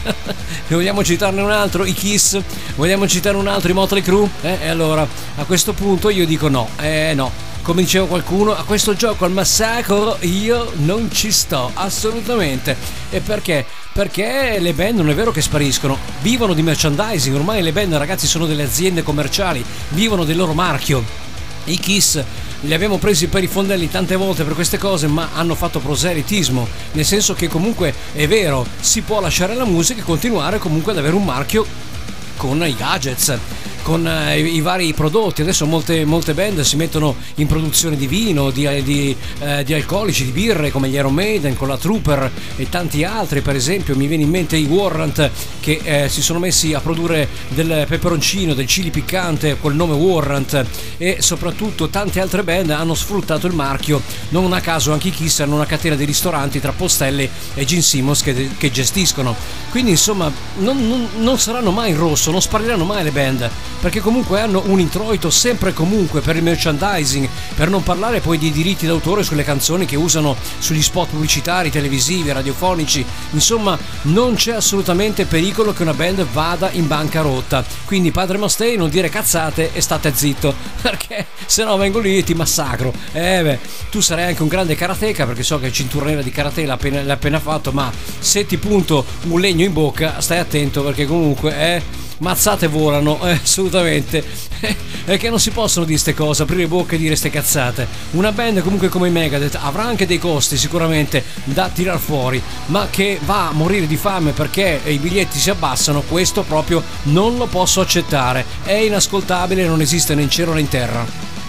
Vogliamo citarne un altro? I Kiss? Vogliamo citare un altro? I Motley Crue? Eh, e allora a questo punto io dico no, eh no. Come diceva qualcuno, a questo gioco al massacro io non ci sto assolutamente. E perché? Perché le band non è vero che spariscono, vivono di merchandising. Ormai le band, ragazzi, sono delle aziende commerciali, vivono del loro marchio. I Kiss li abbiamo presi per i fondelli tante volte per queste cose, ma hanno fatto proselitismo, nel senso che comunque è vero, si può lasciare la musica e continuare comunque ad avere un marchio con i gadgets, con eh, i, i vari prodotti. Adesso molte, molte band si mettono in produzione di vino, di, di, eh, di alcolici, di birre, come gli Iron Maiden con la Trooper e tanti altri. Per esempio mi viene in mente i Warrant, che eh, si sono messi a produrre del peperoncino, del chili piccante col nome Warrant, e soprattutto tante altre band hanno sfruttato il marchio. Non a caso anche i Kiss hanno una catena di ristoranti tra Postelli e Gene Simmons che, che gestiscono. Quindi insomma non, non, non saranno mai in rosso, non spariranno mai le band, perché comunque hanno un introito sempre e comunque per il merchandising, per non parlare poi dei diritti d'autore sulle canzoni che usano sugli spot pubblicitari, televisivi, radiofonici. Insomma non c'è assolutamente pericolo che una band vada in bancarotta. Quindi Padre Mustaine, non dire cazzate e state zitto, perché se no vengo lì e ti massacro. Eh beh, tu sarai anche un grande karateka, perché so che il cintura nera di karate l'ha appena, l'ha appena fatto, ma se ti punto un legno in bocca stai attento, perché comunque eh mazzate volano, eh, assolutamente. Perché non si possono dire ste cose, aprire bocca e dire ste cazzate. Una band comunque come i Megadeth avrà anche dei costi sicuramente da tirar fuori, ma che va a morire di fame perché i biglietti si abbassano, questo proprio non lo posso accettare. È inascoltabile, non esiste né in cielo né in terra.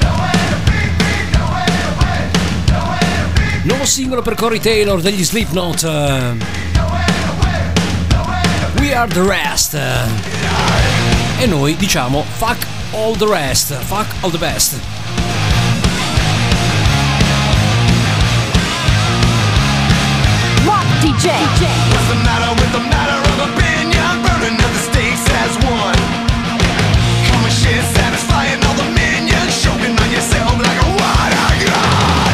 Nuovo singolo per Corey Taylor degli Slipknot, We Are The Rest. E noi diciamo fuck all the rest, fuck all the best. Rock D J. What's the matter with the matter of opinion? Burning up the stakes as one. Common shit satisfying all the minions, choking on yourself like a water gun.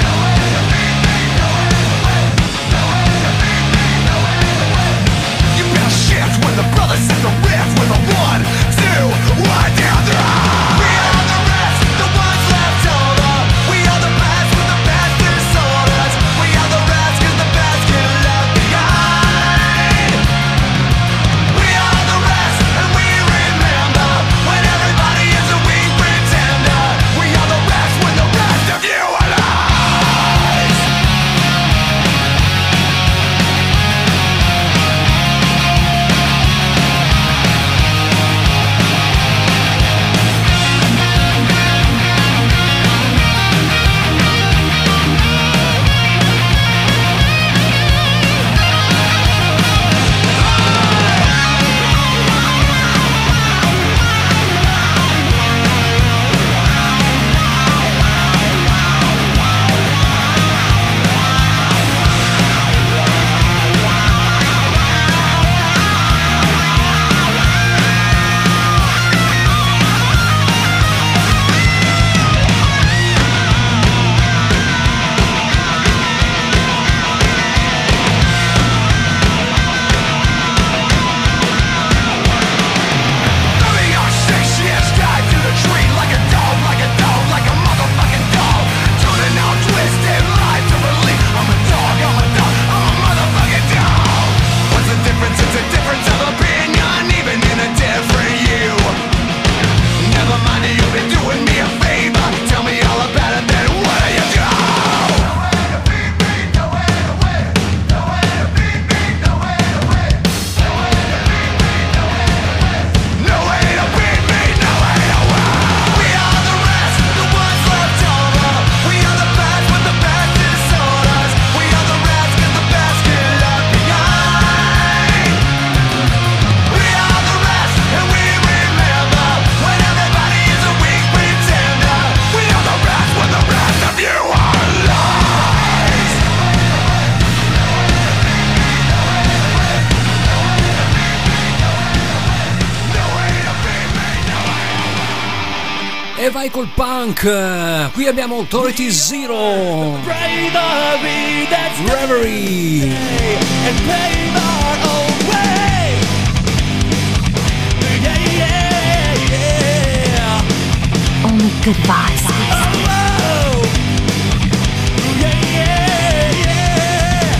You better shift when the brothers set the riff with a one, two, one down the road. We are the rest, the ones left over. We are the best with the best disorders. We are the rest 'cause the best get left behind. We are the rest and we remain. E vai col punk. Qui abbiamo Authority Zero, Reverie, and pave our own way. Yeah, yeah, yeah. Only good vibes. Oh, oh. Yeah, yeah, yeah.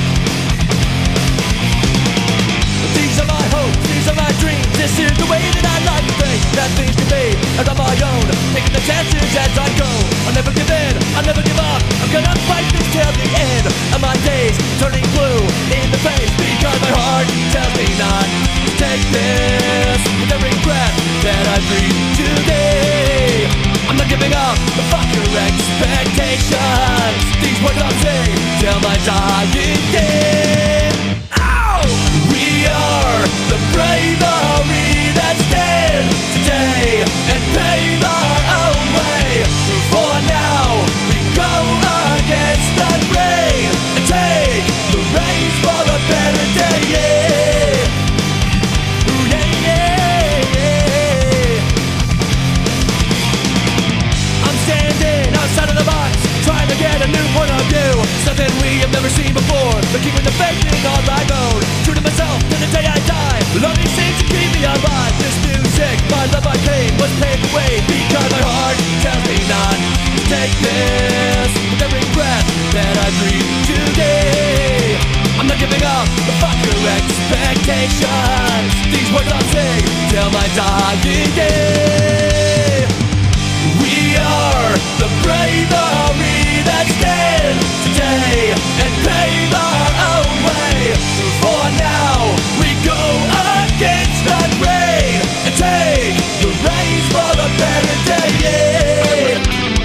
These are my hopes, these are my dreams. This is the way that I like to think. That things can be and on my own, taking the chances as I go. I'll never give in, I'll never give up. I'm gonna fight this till the end of my days, turning blue in the face because my heart tells me not to take this. With every breath that I breathe today, I'm not giving up. Fuck your expectations. These words I'll say till my dying day. Ow! We are the bravery that stands today and pave our own way. For now, we go against the rain and take the reins for a better day. Yeah, yeah, yeah, yeah. I'm standing outside of the box, trying to get a new point of view. Something we have never seen before, but keeping the faith in all I own. True to myself till the day I die. Love these things to keep me alive. This music, my love, my pain was paved the way because my heart tells me not to take this. With every breath that I breathe today, I'm not giving up. Fuck your expectations. These words I'll say till my dying day. We are the bravery that stands today and pave our own way. For now, we go against the rain and take the reins for a better day. Yeah.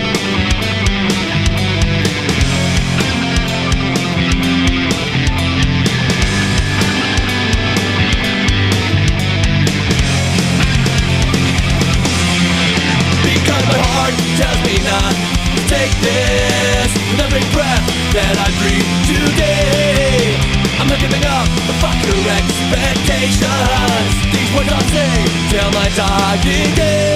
Because my heart tells me not to take this. With every breath that I breathe today, I'm not giving up. Fuck your expectations. These words I'll say till my dying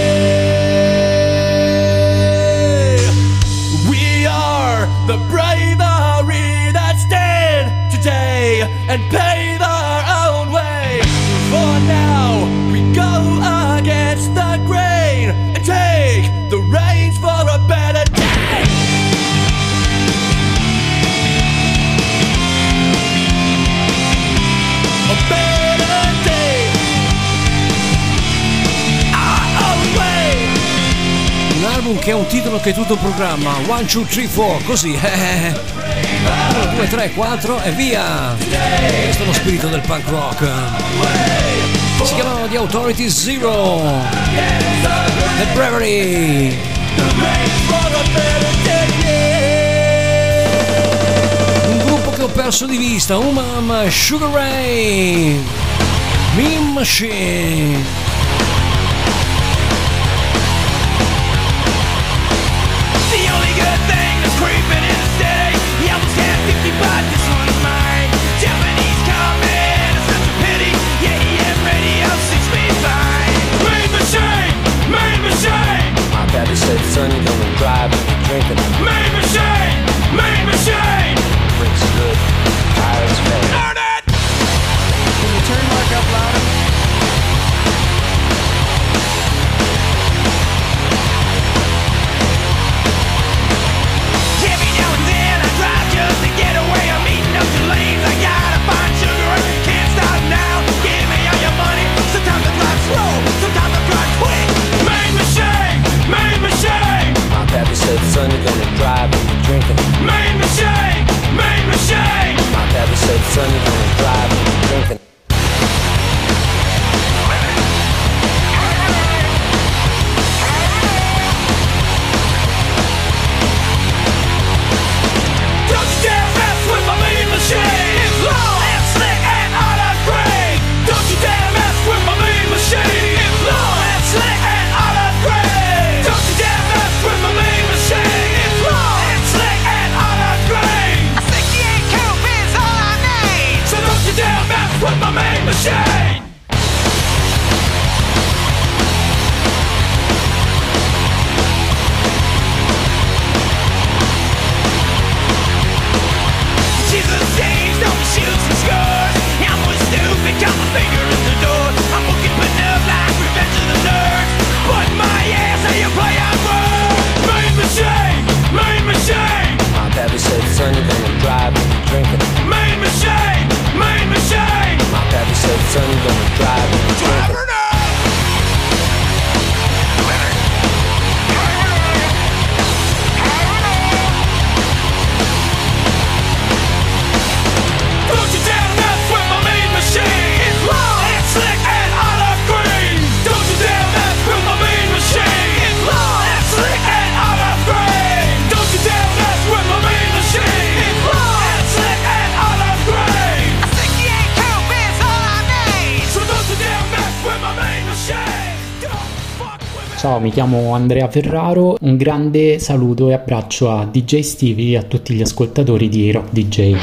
day. We are the bravery that stand today and pave our own way. For now, we go against the grain and take the reins for a better day. A better day. Our own way. un album che ha un titolo che è tutto un programma. One, two, three, four, così. uno, due, tre, quattro e via. Questo è lo spirito del punk rock. Si chiamano The Authority Zero, The Bravery. Un gruppo che ho perso di vista, Umam, Sugar Ray, Mean Machine. Daddy said, son, you don't drive if you're drinking. Main machine! Main machine! Drinks good, tires fast. Turn it! Can you turn Mark up louder? Ciao, mi chiamo Andrea Ferraro, un grande saluto e abbraccio a D J Stevie e a tutti gli ascoltatori di Rock D J.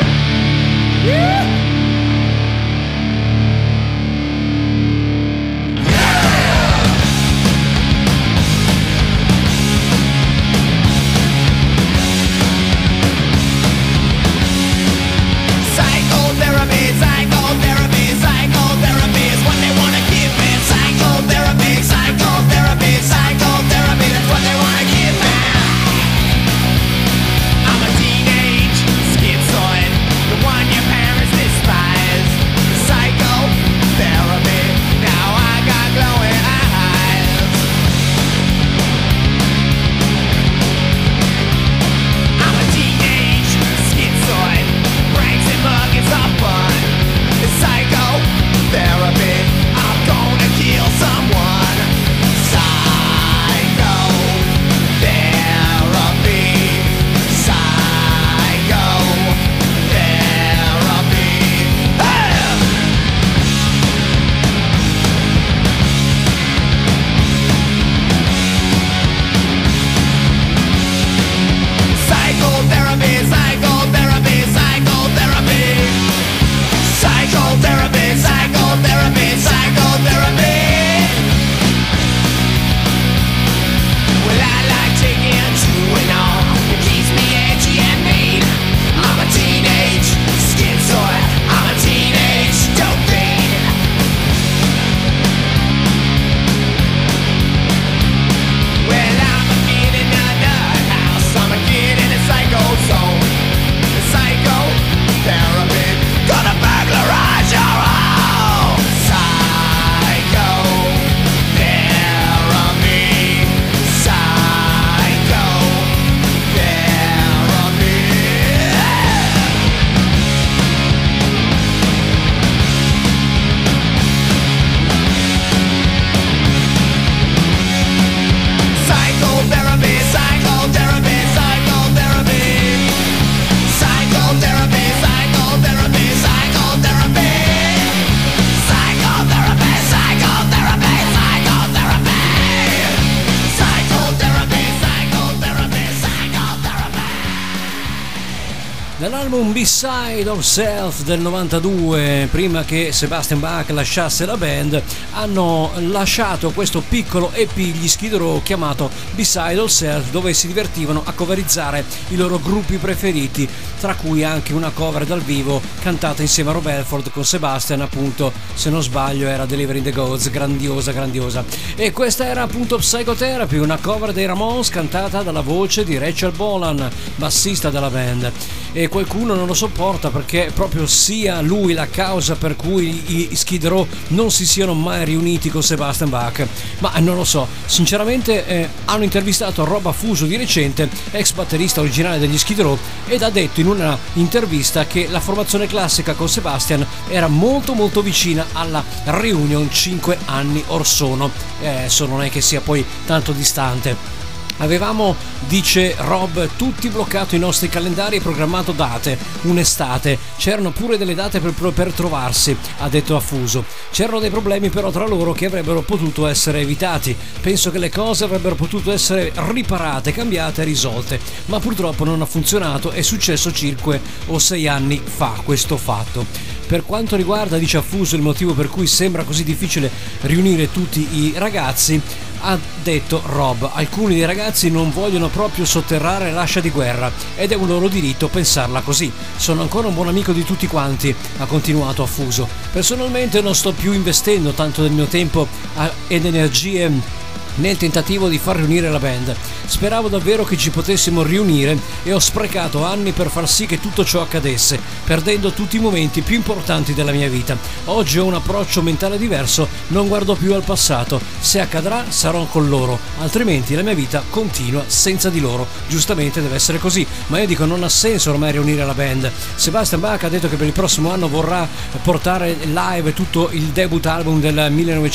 Dall'album B-Side of Self del novantadue, prima che Sebastian Bach lasciasse la band, hanno lasciato questo piccolo E P gli Skid Row chiamato B-Side of Self, dove si divertivano a coverizzare i loro gruppi preferiti, tra cui anche una cover dal vivo cantata insieme a Rob Halford con Sebastian, appunto, se non sbaglio era Delivering the Gods, grandiosa grandiosa. E questa era appunto Psychotherapy, una cover dei Ramones cantata dalla voce di Rachel Bolan, bassista della band. E qualcuno non lo sopporta perché proprio sia lui la causa per cui i Skid Row non si siano mai riuniti con Sebastian Bach, ma non lo so, sinceramente eh, hanno intervistato Rob Affuso di recente, ex batterista originale degli Skid Row, ed ha detto in una intervista che la formazione classica con Sebastian era molto molto vicina alla reunion cinque anni or sono, eh, adesso non è che sia poi tanto distante. Avevamo, dice Rob, tutti bloccato i nostri calendari e programmato date, un'estate, c'erano pure delle date per, per trovarsi, ha detto Affuso. C'erano dei problemi però tra loro che avrebbero potuto essere evitati, penso che le cose avrebbero potuto essere riparate, cambiate e risolte, ma purtroppo non ha funzionato, è successo cinque o sei anni fa questo fatto. Per quanto riguarda, dice Affuso, il motivo per cui sembra così difficile riunire tutti i ragazzi, ha detto Rob, alcuni dei ragazzi non vogliono proprio sotterrare l'ascia di guerra ed è un loro diritto pensarla così. Sono ancora un buon amico di tutti quanti, ha continuato Affuso. Personalmente non sto più investendo tanto del mio tempo ed energie nel tentativo di far riunire la band. Speravo davvero che ci potessimo riunire e ho sprecato anni per far sì che tutto ciò accadesse, perdendo tutti i momenti più importanti della mia vita. Oggi ho un approccio mentale diverso, non guardo più al passato, se accadrà sarò con loro, altrimenti la mia vita continua senza di loro. Giustamente deve essere così, ma io dico non ha senso ormai riunire la band. Sebastian Bach ha detto che per il prossimo anno vorrà portare live tutto il debut album del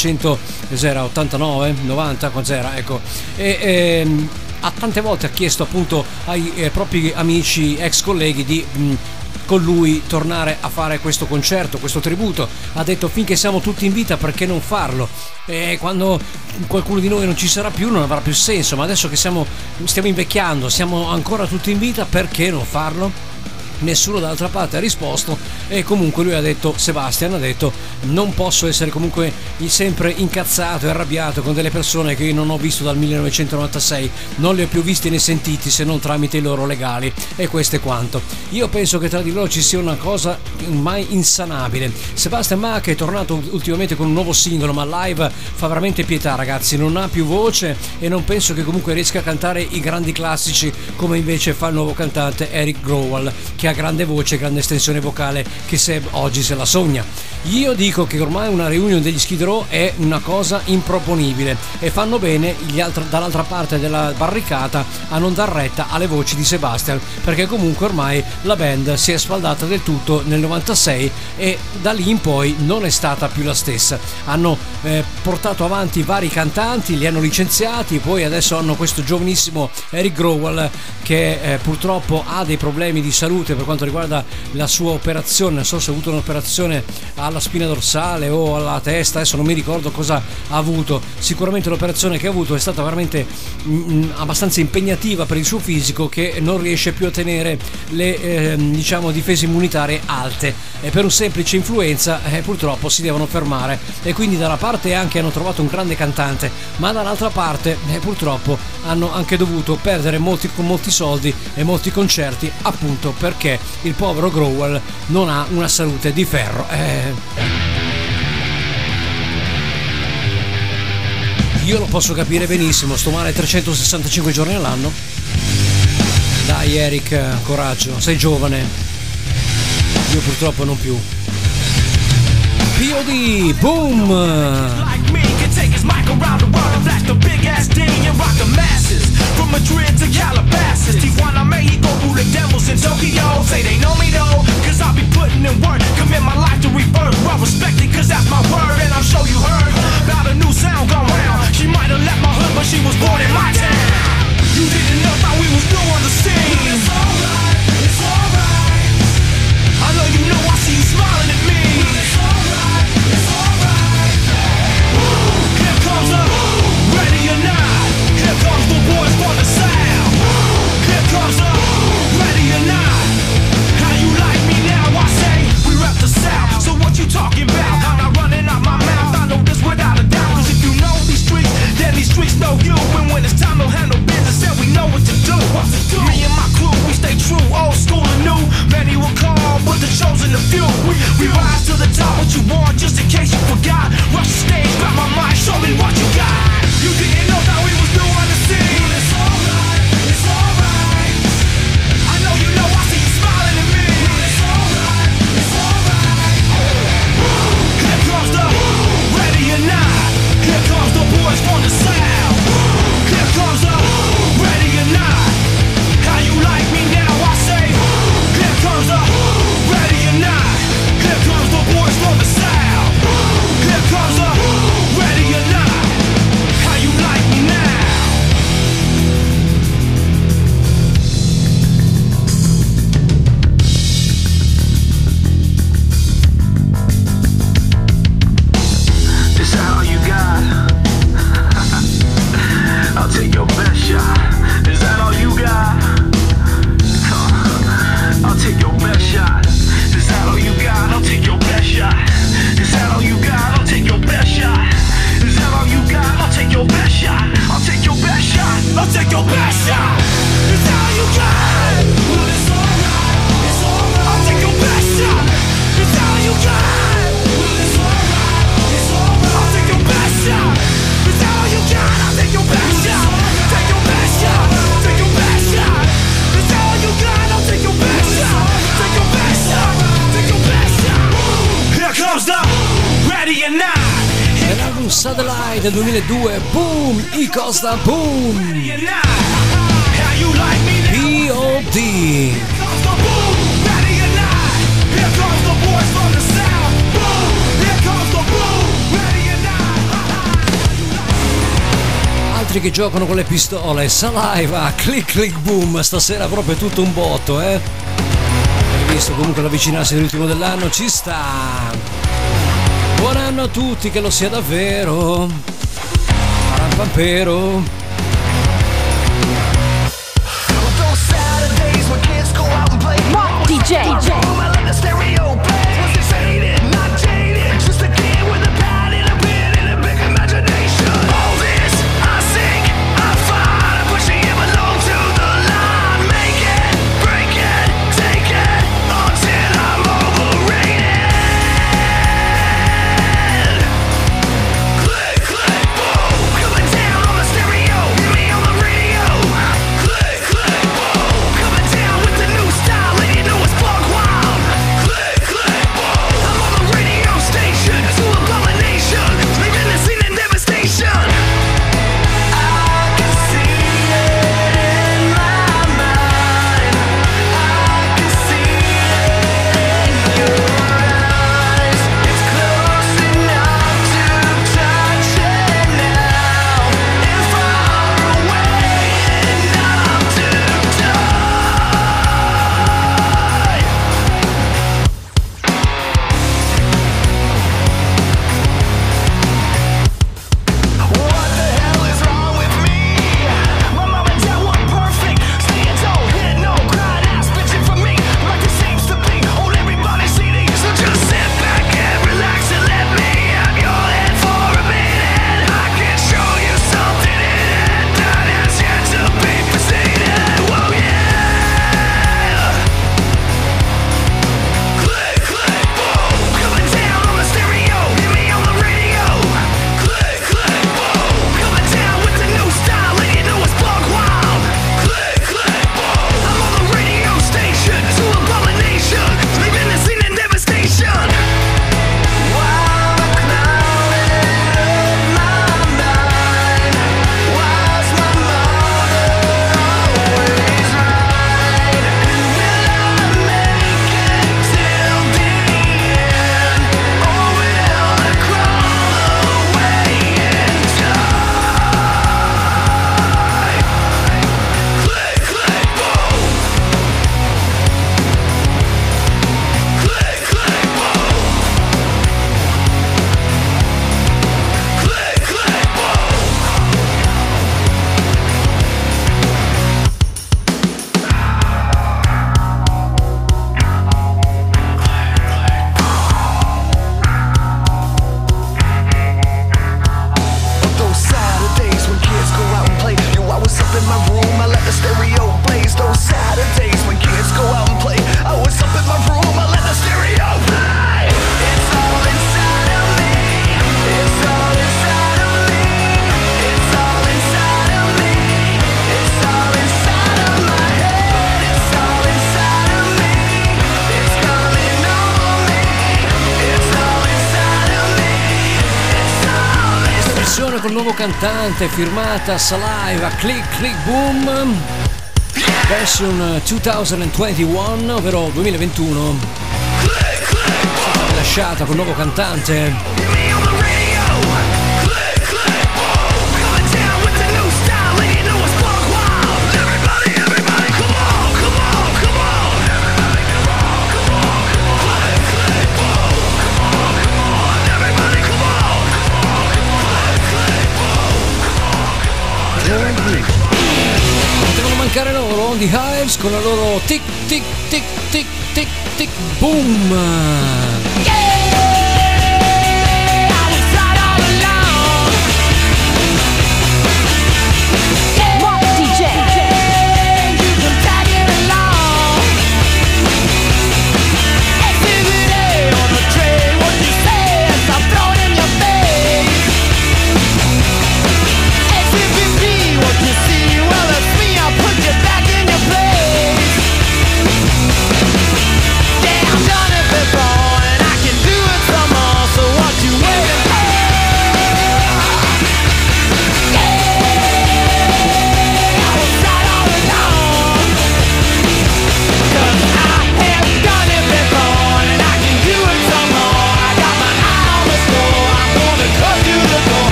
millenovecentottantanove novanta, cos'era, ecco, e ehm, ha tante volte ha chiesto appunto ai eh, propri amici ex colleghi di mh, con lui tornare a fare questo concerto, questo tributo. Ha detto finché siamo tutti in vita perché non farlo, e quando qualcuno di noi non ci sarà più non avrà più senso, ma adesso che siamo, stiamo invecchiando, siamo ancora tutti in vita, perché non farlo? Nessuno dall'altra parte ha risposto, e comunque lui ha detto, Sebastian ha detto, non posso essere comunque sempre incazzato e arrabbiato con delle persone che io non ho visto dal millenovecentonovantasei, non le ho più viste né sentiti se non tramite i loro legali, e questo è quanto. Io penso che tra di loro ci sia una cosa mai insanabile. Sebastian Bach è tornato ultimamente con un nuovo singolo, ma live fa veramente pietà, ragazzi, non ha più voce e non penso che comunque riesca a cantare i grandi classici come invece fa il nuovo cantante Eric Growal, che ha grande voce, grande estensione vocale, che Seb oggi se la sogna. Io dico che ormai una reunion degli Skid Row è una cosa improponibile, e fanno bene gli altri dall'altra parte della barricata a non dar retta alle voci di Sebastian, perché comunque ormai la band si è sfaldata del tutto nel novantasei e da lì in poi non è stata più la stessa. Hanno eh, portato avanti vari cantanti, li hanno licenziati, poi adesso hanno questo giovanissimo Eric Growal che eh, purtroppo ha dei problemi di salute per quanto riguarda la sua operazione. Non so se ha avuto un'operazione alla spina dorsale o alla testa, adesso non mi ricordo cosa ha avuto. Sicuramente l'operazione che ha avuto è stata veramente mh, abbastanza impegnativa per il suo fisico, che non riesce più a tenere le eh, diciamo difese immunitarie alte, e per un semplice influenza eh, purtroppo si devono fermare, e quindi da una parte anche hanno trovato un grande cantante, ma dall'altra parte eh, purtroppo hanno anche dovuto perdere molti, molti soldi e molti concerti, appunto perché il povero Growal non ha una salute di ferro. eh. Io lo posso capire benissimo, sto male trecentosessantacinque giorni all'anno. Dai Eric, coraggio, sei giovane, io purtroppo non più. P O D, boom! Like me can take his mic around the world and flash the big ass D and rock the masses. From Madrid to Calabasas, Tijuana, Mexico, rule the devils in Tokyo. Say they know me though, cause I'll be putting in work. Commit my life to rebirth, well respected cause that's my word. And I'm sure you heard about a new sound gone round. She might have left my hood but she was born in my town. You didn't know how we was new on the scene. It's alright, it's alright. I know you know, I see you smiling at me. It's alright, it's alright. Here comes the ready or not. Here comes the boys from the south. Here comes the ready or not. How you like me now? I say we rep the south. So what you talking about? I'm not running out my mouth. I know this without a doubt. Cause if you know these streets, then these streets know you. And when it's time to handle business, then we know what to do. Me and my crew, we stay true, old school and new. Many will call, but the chosen the few. We, we rise to the top, what you want, just in case you forgot. Rush the stage, grab my mic, show me what you got. You didn't know that we was new on the scene. It's alright, it's alright. I know you know, I see you smiling at me. It's alright, it's alright. Here comes the ready or not. Here comes the boys from the south. Here comes the ready or not. How you like me now? I say, here comes the ready or not. Here comes the boys from the south. Here comes the ready or not. How you like me now? Is that all you got? I'll take your best shot. Is that all you got? I'll take your best shot. Is that all you got? I'll take your best shot. Is that all you got? I'll take your best shot. Is that all you got? I'll take your best shot. I'll take your best shot. I'll take your best shot. Is that all you got? Well, it's alright. It's alright. I'll take your best shot. Is that all you got? Well, it's alright. It's alright. I'll take your best shot. Is that all you got? I'll take your best shot. Take your best shot. Take your best shot. Is that all you got? I'll take your best shot. Take your best shot. Take your best shot. Here comes the ready or not. Nell'album Satellite del duemiladue, boom, i Costa, boom, Ready or not. How you like me now? P O D. Here comes the boom. Ready or not. Here comes the boys from the south. Boom. Here comes the boom. Ready or not. Altri che giocano con le pistole, Saliva, click click boom, stasera proprio tutto un botto, eh? visto comunque l'avvicinarsi dell'ultimo dell'anno, ci sta. Buon anno a tutti, che lo sia davvero. Parampampero. Rock D J. Col nuovo cantante, firmata Saliva, Click Click Boom, version duemilaventuno, ovvero duemilaventuno, stata rilasciata col nuovo cantante. Potevano mancare loro, The Hives, con la loro tic tic tic tic tic tic boom. Rock D J. Damn, done it before.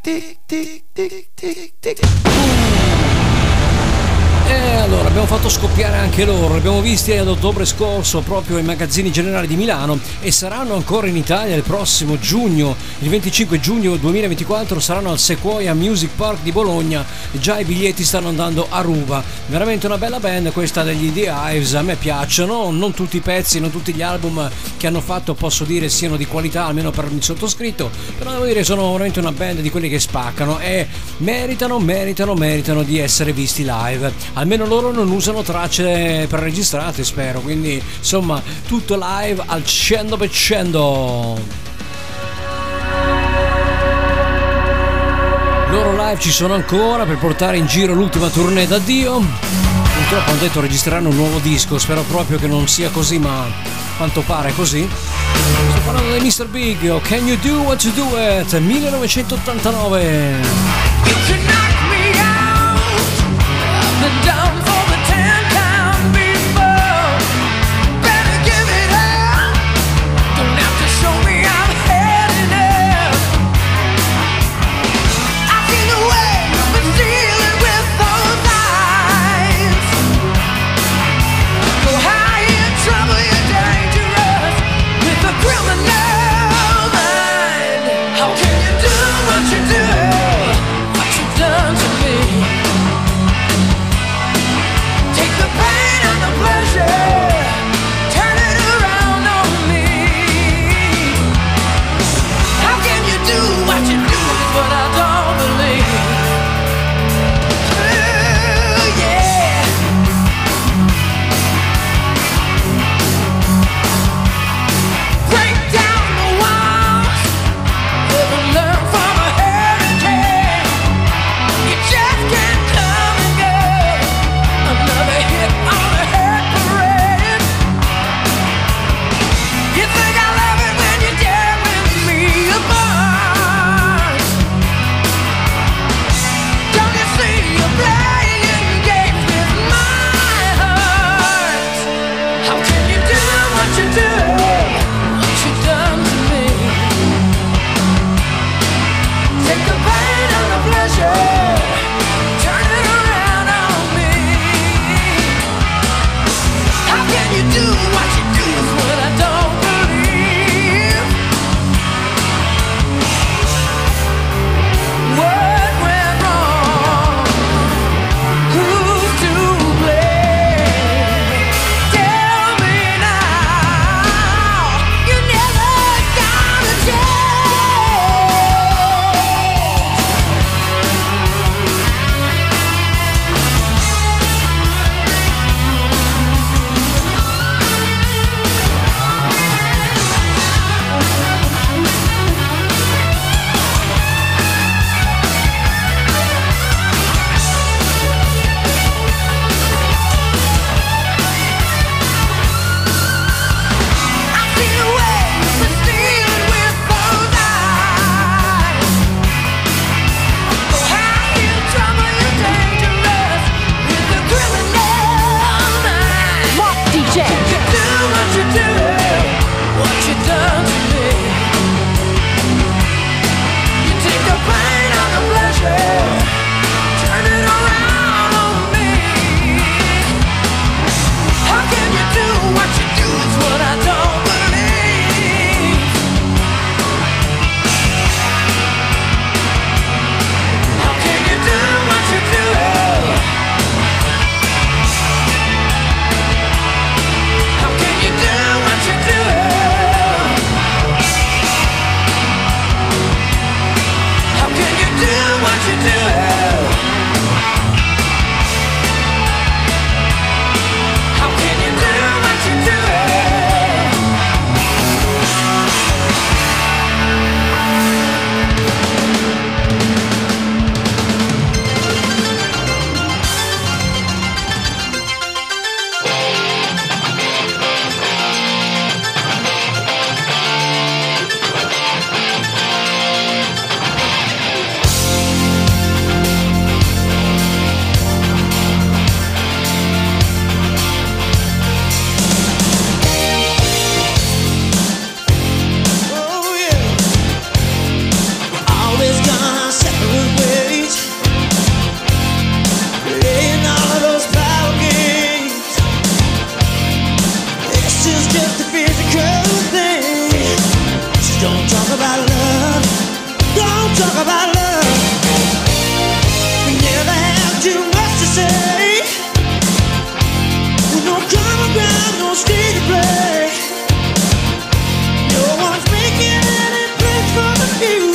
E allora abbiamo fatto scoppiare anche loro, li abbiamo visti ad ottobre scorso proprio ai magazzini generali di Milano e saranno ancora in Italia il prossimo giugno, il venticinque giugno duemilaventiquattro saranno al Sequoia Music Park di Bologna e già i biglietti stanno andando a ruba. Veramente una bella band questa degli The Hives, a me piacciono, non tutti i pezzi, non tutti gli album che hanno fatto posso dire siano di qualità, almeno per il sottoscritto, però devo dire sono veramente una band di quelli che spaccano e meritano, meritano, meritano di essere visti live. Almeno loro non usano tracce preregistrate, spero, quindi insomma tutto live al cento per cento. Loro live ci sono ancora per portare in giro l'ultima tournée d'addio. Purtroppo hanno detto registreranno un nuovo disco, spero proprio che non sia così, ma a quanto pare è così. Sto parlando di mister Big, o Can You Do What You Do It, millenovecentottantanove. Down for the ten times before. Better give it up. Don't have to show me I'm had enough. I've seen the way you've been dealing with those eyes. Go high in trouble, you're dangerous with a criminal mind. How can you do what you do? What you've done to me?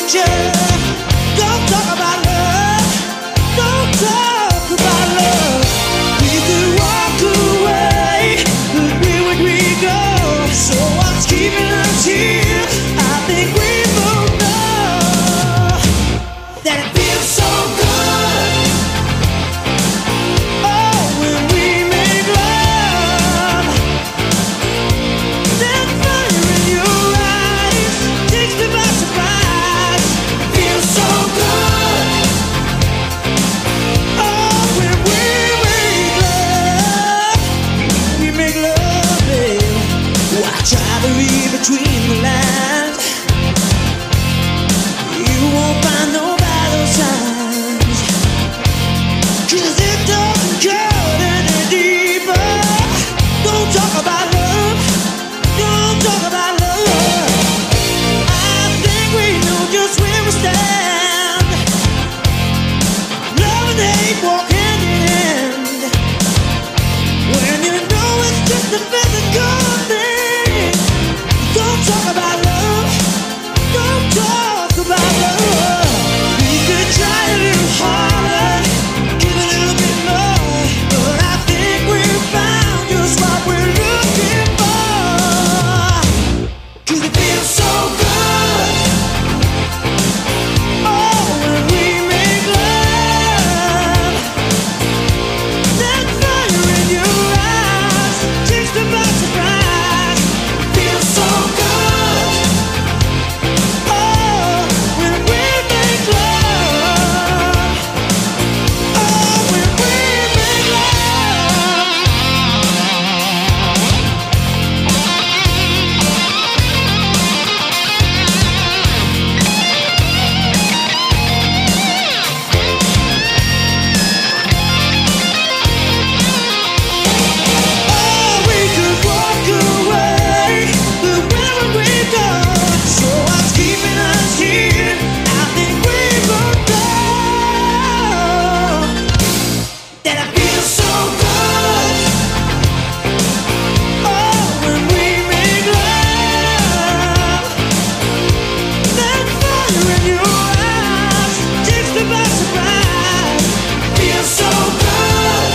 stranger. Don't talk about love. Don't talk about love. We could walk away, but where would we go? So what's keeping us here? I think we both know that it feels so good. Oh, when we make love, that fire in your eyes takes me by surprise. Feels so good. Oh, when we make love, we make love, babe. Oh, I try to read between the lines. You won't find no battle signs, 'cause it doesn't cut any deeper. Don't talk about love. Don't talk about love. I think we know just where we stand. Love and hate walk hand in hand. When you know it's just a physical thing. Don't talk about love. Don't talk about love. We could try a little harder, give a little bit more, but I think we found just what we're looking for. 'Cause it feels so good. Oh, when we make love, that fire in your eyes takes me by surprise. Feels so good. Oh, when we make love. Oh, when we make love. Oh, we could walk away, but where would we go? So what's keeping us here? I think we both know that I feel so good. Oh, when we make love, that fire in your eyes takes me by surprise. Feels so good.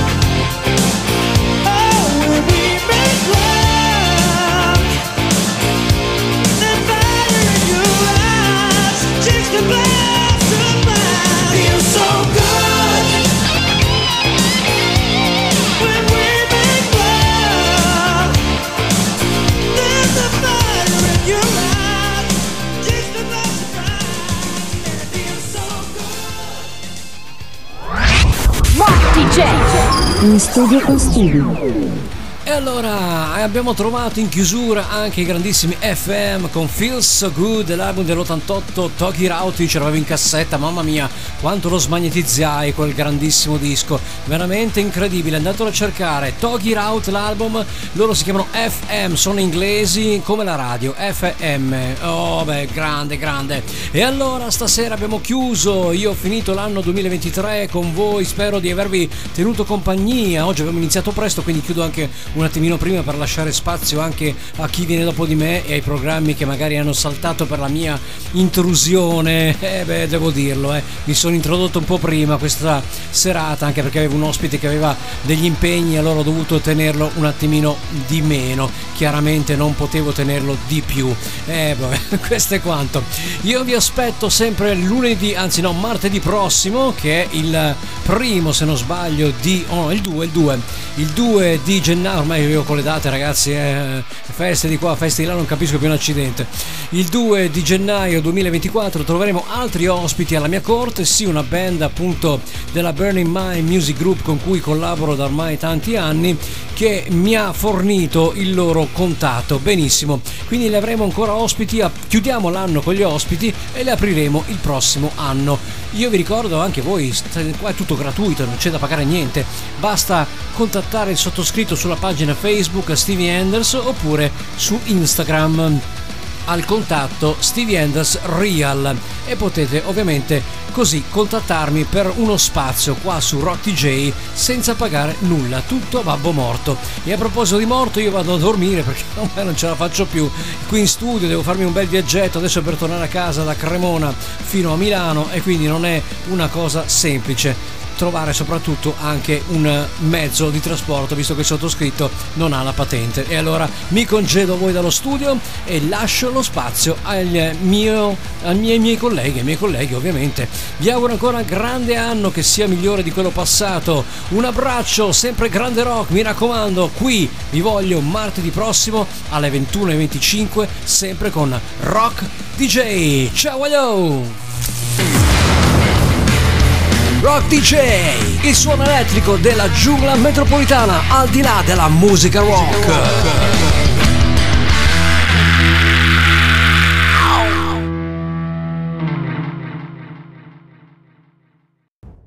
Oh, when we make love, that fire in your eyes takes me by surprise. Feels so good. When we make love, there's a fire in your eyes takes me by surprise. And it feels so good. Rock D J. In studio con Stevie. E allora abbiamo trovato in chiusura anche i grandissimi F M con Feels So Good, l'album dell'ottantotto. Togi Rauti ce l'avevo in cassetta, mamma mia quanto lo smagnetizzai quel grandissimo disco, veramente incredibile. Andatelo a cercare, Togi Raut l'album, loro si chiamano F M, sono inglesi come la radio, F M. Oh beh, grande grande. E allora stasera abbiamo chiuso, io ho finito l'anno duemilaventitré con voi, spero di avervi tenuto compagnia. Oggi abbiamo iniziato presto, quindi chiudo anche un attimino prima per lasciare spazio anche a chi viene dopo di me e ai programmi che magari hanno saltato per la mia intrusione. Eh beh, devo dirlo, eh. mi sono introdotto un po' prima questa serata, anche perché avevo un ospite che aveva degli impegni, allora ho dovuto tenerlo un attimino di meno, chiaramente non potevo tenerlo di più. Eh beh, questo è quanto. Io vi aspetto sempre lunedì, anzi no, martedì prossimo, che è il primo, se non sbaglio, di oh no, il due, il due il due di gennaio. Ormai io con le date, ragazzi, eh, feste di qua, feste di là, non capisco più un accidente. Il due di gennaio duemilaventiquattro troveremo altri ospiti alla mia corte, sì, una band appunto della Burning Mind Music Group con cui collaboro da ormai tanti anni, che mi ha fornito il loro contatto. Benissimo, quindi le avremo ancora ospiti, chiudiamo l'anno con gli ospiti e le apriremo il prossimo anno. Io vi ricordo anche voi, qua è tutto gratuito, non c'è da pagare niente, basta contattare il sottoscritto sulla pagina Facebook Stevie Enders oppure su Instagram al contatto Stevie Enders Real, e potete ovviamente così contattarmi per uno spazio qua su Rock D J senza pagare nulla, tutto a babbo morto. E a proposito di morto, io vado a dormire perché ormai non ce la faccio più qui in studio, devo farmi un bel viaggetto adesso per tornare a casa da Cremona fino a Milano, e quindi non è una cosa semplice trovare soprattutto anche un mezzo di trasporto, visto che il sottoscritto non ha la patente. E allora mi congedo voi dallo studio e lascio lo spazio al mio, ai miei, miei colleghi, ai miei colleghi ovviamente. Vi auguro ancora un grande anno, che sia migliore di quello passato. Un abbraccio, sempre grande rock, mi raccomando, qui vi voglio martedì prossimo alle ventuno e venticinque, sempre con Rock D J. Ciao, yo! Rock D J, il suono elettrico della giungla metropolitana, al di là della musica rock.